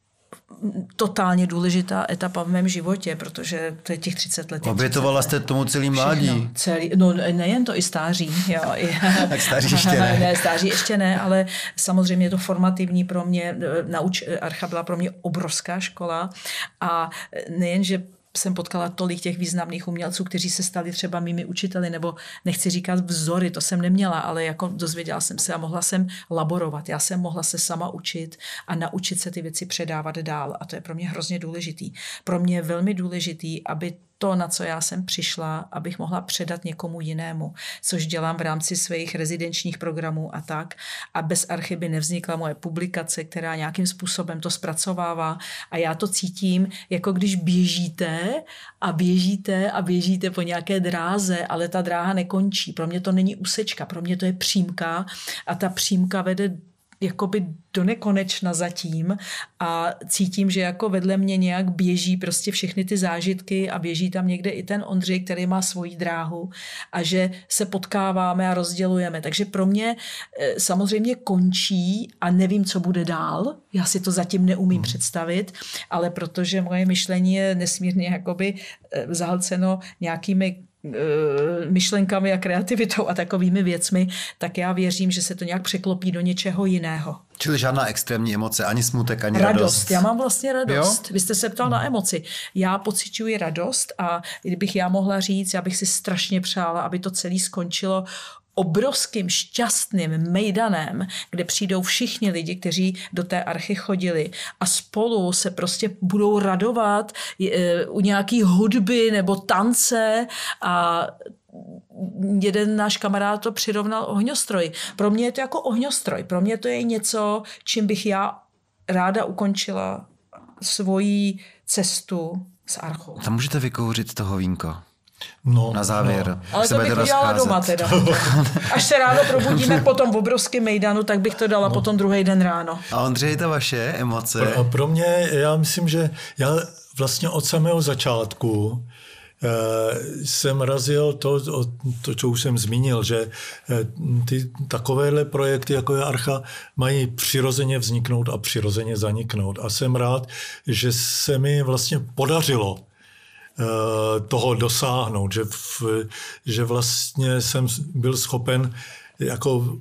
totálně důležitá etapa v mém životě, protože to je těch třicet let. Obětovala jste tomu celý mládí. Všechno, celý, no nejen to, i stáří. Jo, i, tak stáří ještě ne. ne. Stáří ještě ne, ale samozřejmě je to formativní pro mě. Nauč, Archa byla pro mě obrovská škola a nejen, že jsem potkala tolik těch významných umělců, kteří se stali třeba mými učiteli, nebo nechci říkat vzory, to jsem neměla, ale jako dozvěděla jsem se a mohla jsem laborovat. Já jsem mohla se sama učit a naučit se ty věci předávat dál a to je pro mě hrozně důležitý. Pro mě je velmi důležitý, aby to, na co já jsem přišla, abych mohla předat někomu jinému, což dělám v rámci svých rezidenčních programů a tak. A bez Archy by nevznikla moje publikace, která nějakým způsobem to zpracovává a já to cítím, jako když běžíte a běžíte a běžíte po nějaké dráze, ale ta dráha nekončí. Pro mě to není úsečka, pro mě to je přímka a ta přímka vede jakoby do nekonečna zatím a cítím, že jako vedle mě nějak běží prostě všechny ty zážitky a běží tam někde i ten Ondřej, který má svoji dráhu a že se potkáváme a rozdělujeme. Takže pro mě samozřejmě končí a nevím, co bude dál. Já si to zatím neumím hmm. představit, ale protože moje myšlení je nesmírně jakoby zahlceno nějakými myšlenkami a kreativitou a takovými věcmi, tak já věřím, že se to nějak překlopí do něčeho jiného. Čili žádná extrémní emoce, ani smutek, ani radost. radost. Já mám vlastně radost. Jo? Vy jste se ptal na emoci. Já pociťuji radost a kdybych já mohla říct, já bych si strašně přála, aby to celé skončilo obrovským šťastným mejdanem, kde přijdou všichni lidi, kteří do té archy chodili a spolu se prostě budou radovat u nějaký hudby nebo tance a jeden náš kamarád to přirovnal ohňostroj. Pro mě je to jako ohňostroj. Pro mě to je něco, čím bych já ráda ukončila svoji cestu s archou. Tam můžete vykouřit toho vínko. No, na závěr. No. Ale to bych udělala doma teda. Až se ráno probudíme po tom obrovském mejdanu, tak bych to dala no. potom druhý den ráno. A Ondřej, to vaše emoce? Pro, pro mě, já myslím, že já vlastně od samého začátku eh, jsem razil to, to, co už jsem zmínil, že eh, ty takovéhle projekty, jako je Archa, mají přirozeně vzniknout a přirozeně zaniknout. A jsem rád, že se mi vlastně podařilo toho dosáhnout, že, v, že vlastně jsem byl schopen jako uh,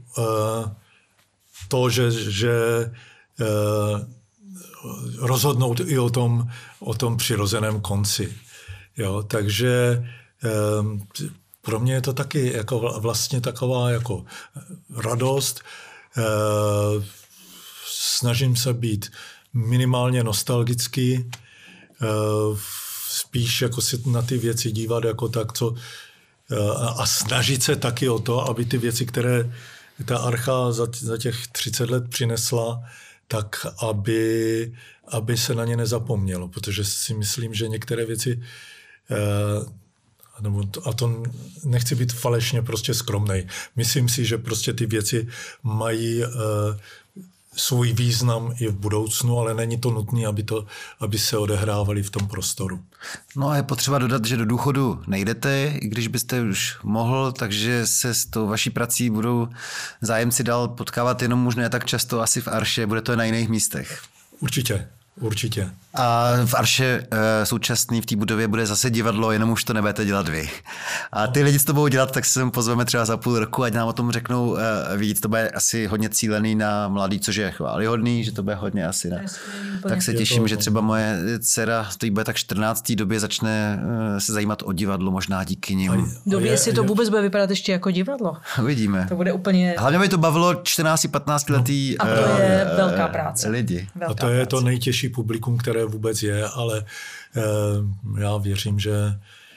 to, že, že uh, rozhodnout i o tom, o tom přirozeném konci. Jo, takže um, pro mě je to taky jako vlastně taková jako radost. Uh, snažím se být minimálně nostalgický, uh, spíš jako si na ty věci dívat jako tak, co a snažit se taky o to, aby ty věci, které ta Archa za, za těch třicet let přinesla, tak aby, aby se na ně nezapomnělo, protože si myslím, že některé věci, a to nechci být falešně prostě skromnej, myslím si, že prostě ty věci mají svůj význam i v budoucnu, ale není to nutné, aby, to, aby se odehrávali v tom prostoru. No a je potřeba dodat, že do důchodu nejdete, i když byste už mohl, takže se s tou vaší prací budou zájemci dál potkávat jenom už ne tak často asi v Arše, bude to na jiných místech. Určitě. Určitě. A v Arše e, současný v té budově bude zase divadlo, jenom už to nebudete dělat vy. A ty lidi, co to budou dělat, tak se sem pozveme třeba za půl roku, ať nám o tom řeknou e, víc. To bude asi hodně cílený na mladý, což je chválihodný, že to bude hodně asi. Ne? Tak se těším, že třeba moje dcera, to jí bude tak čtrnácté době, začne e, se zajímat o divadlo, možná díky nim. Době, jestli to vůbec bude vypadat ještě jako divadlo. Uvidíme. To bude úplně... Hlavně by to bavilo čtrnáct patnáct letý a to je e, velká práce. Lidi. Velká a to je práce. To nejtěžší publikum, které vůbec je, ale eh, já věřím, že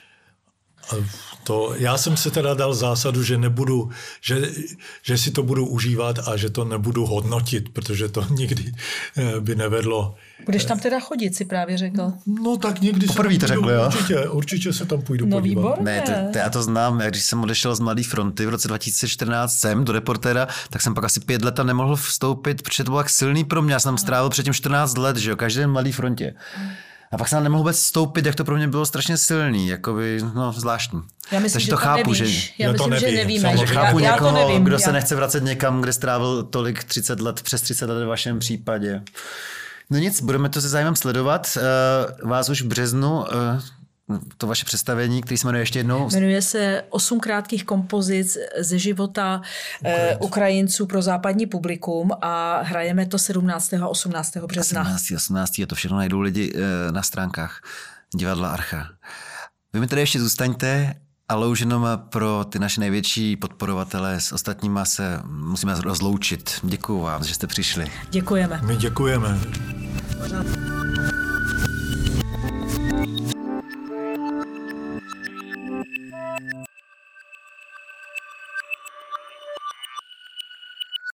to, já jsem se teda dal zásadu, že nebudu, že, že si to budu užívat a že to nebudu hodnotit, protože to nikdy eh, by nevedlo. Budeš tam teda chodit, si právě řekl. No tak někdy poprvé to řekl, jo? Určitě, určitě se tam půjdu no, podívat. Výborné. Ne, to, to, já to znám, když jsem odešel z Mladé fronty v roce dva tisíce čtrnáct sem do Reportéra, tak jsem pak asi pět let tam nemohl vstoupit, protože to bylo tak silný pro mě. Já jsem tam strávil předtím čtrnáct let, že jo, každý den v Mladé frontě. A pak jsem nemohl vůbec vstoupit, jak to pro mě bylo strašně silný, jakoby, no, zvláštní. Já myslím, Takže že to, to chápu, nevíš. Že... Já, já myslím, nevím, že nevíme. Takže chápu já, někoho, já to nevím. kdo já... se nechce vracet někam, kde strávil tolik třicet let, přes třicet let ve vašem případě. No nic, budeme to se zájmem sledovat. Uh, vás už v březnu, uh, to vaše představení, který se jmenuje ještě jednou. Jmenuje se Osm krátkých kompozic ze života Ukrajinc. uh, Ukrajinců pro západní publikum a hrajeme to sedmnáctého a osmnáctého března. sedmnáctého a osmnáctého to všechno najdou lidi uh, na stránkách divadla Archa. Vy mi tady ještě zůstaňte, ale už jenom pro ty naše největší podporovatele s ostatníma se musíme rozloučit. Děkuju vám, že jste přišli. Děkujeme. My děkujeme.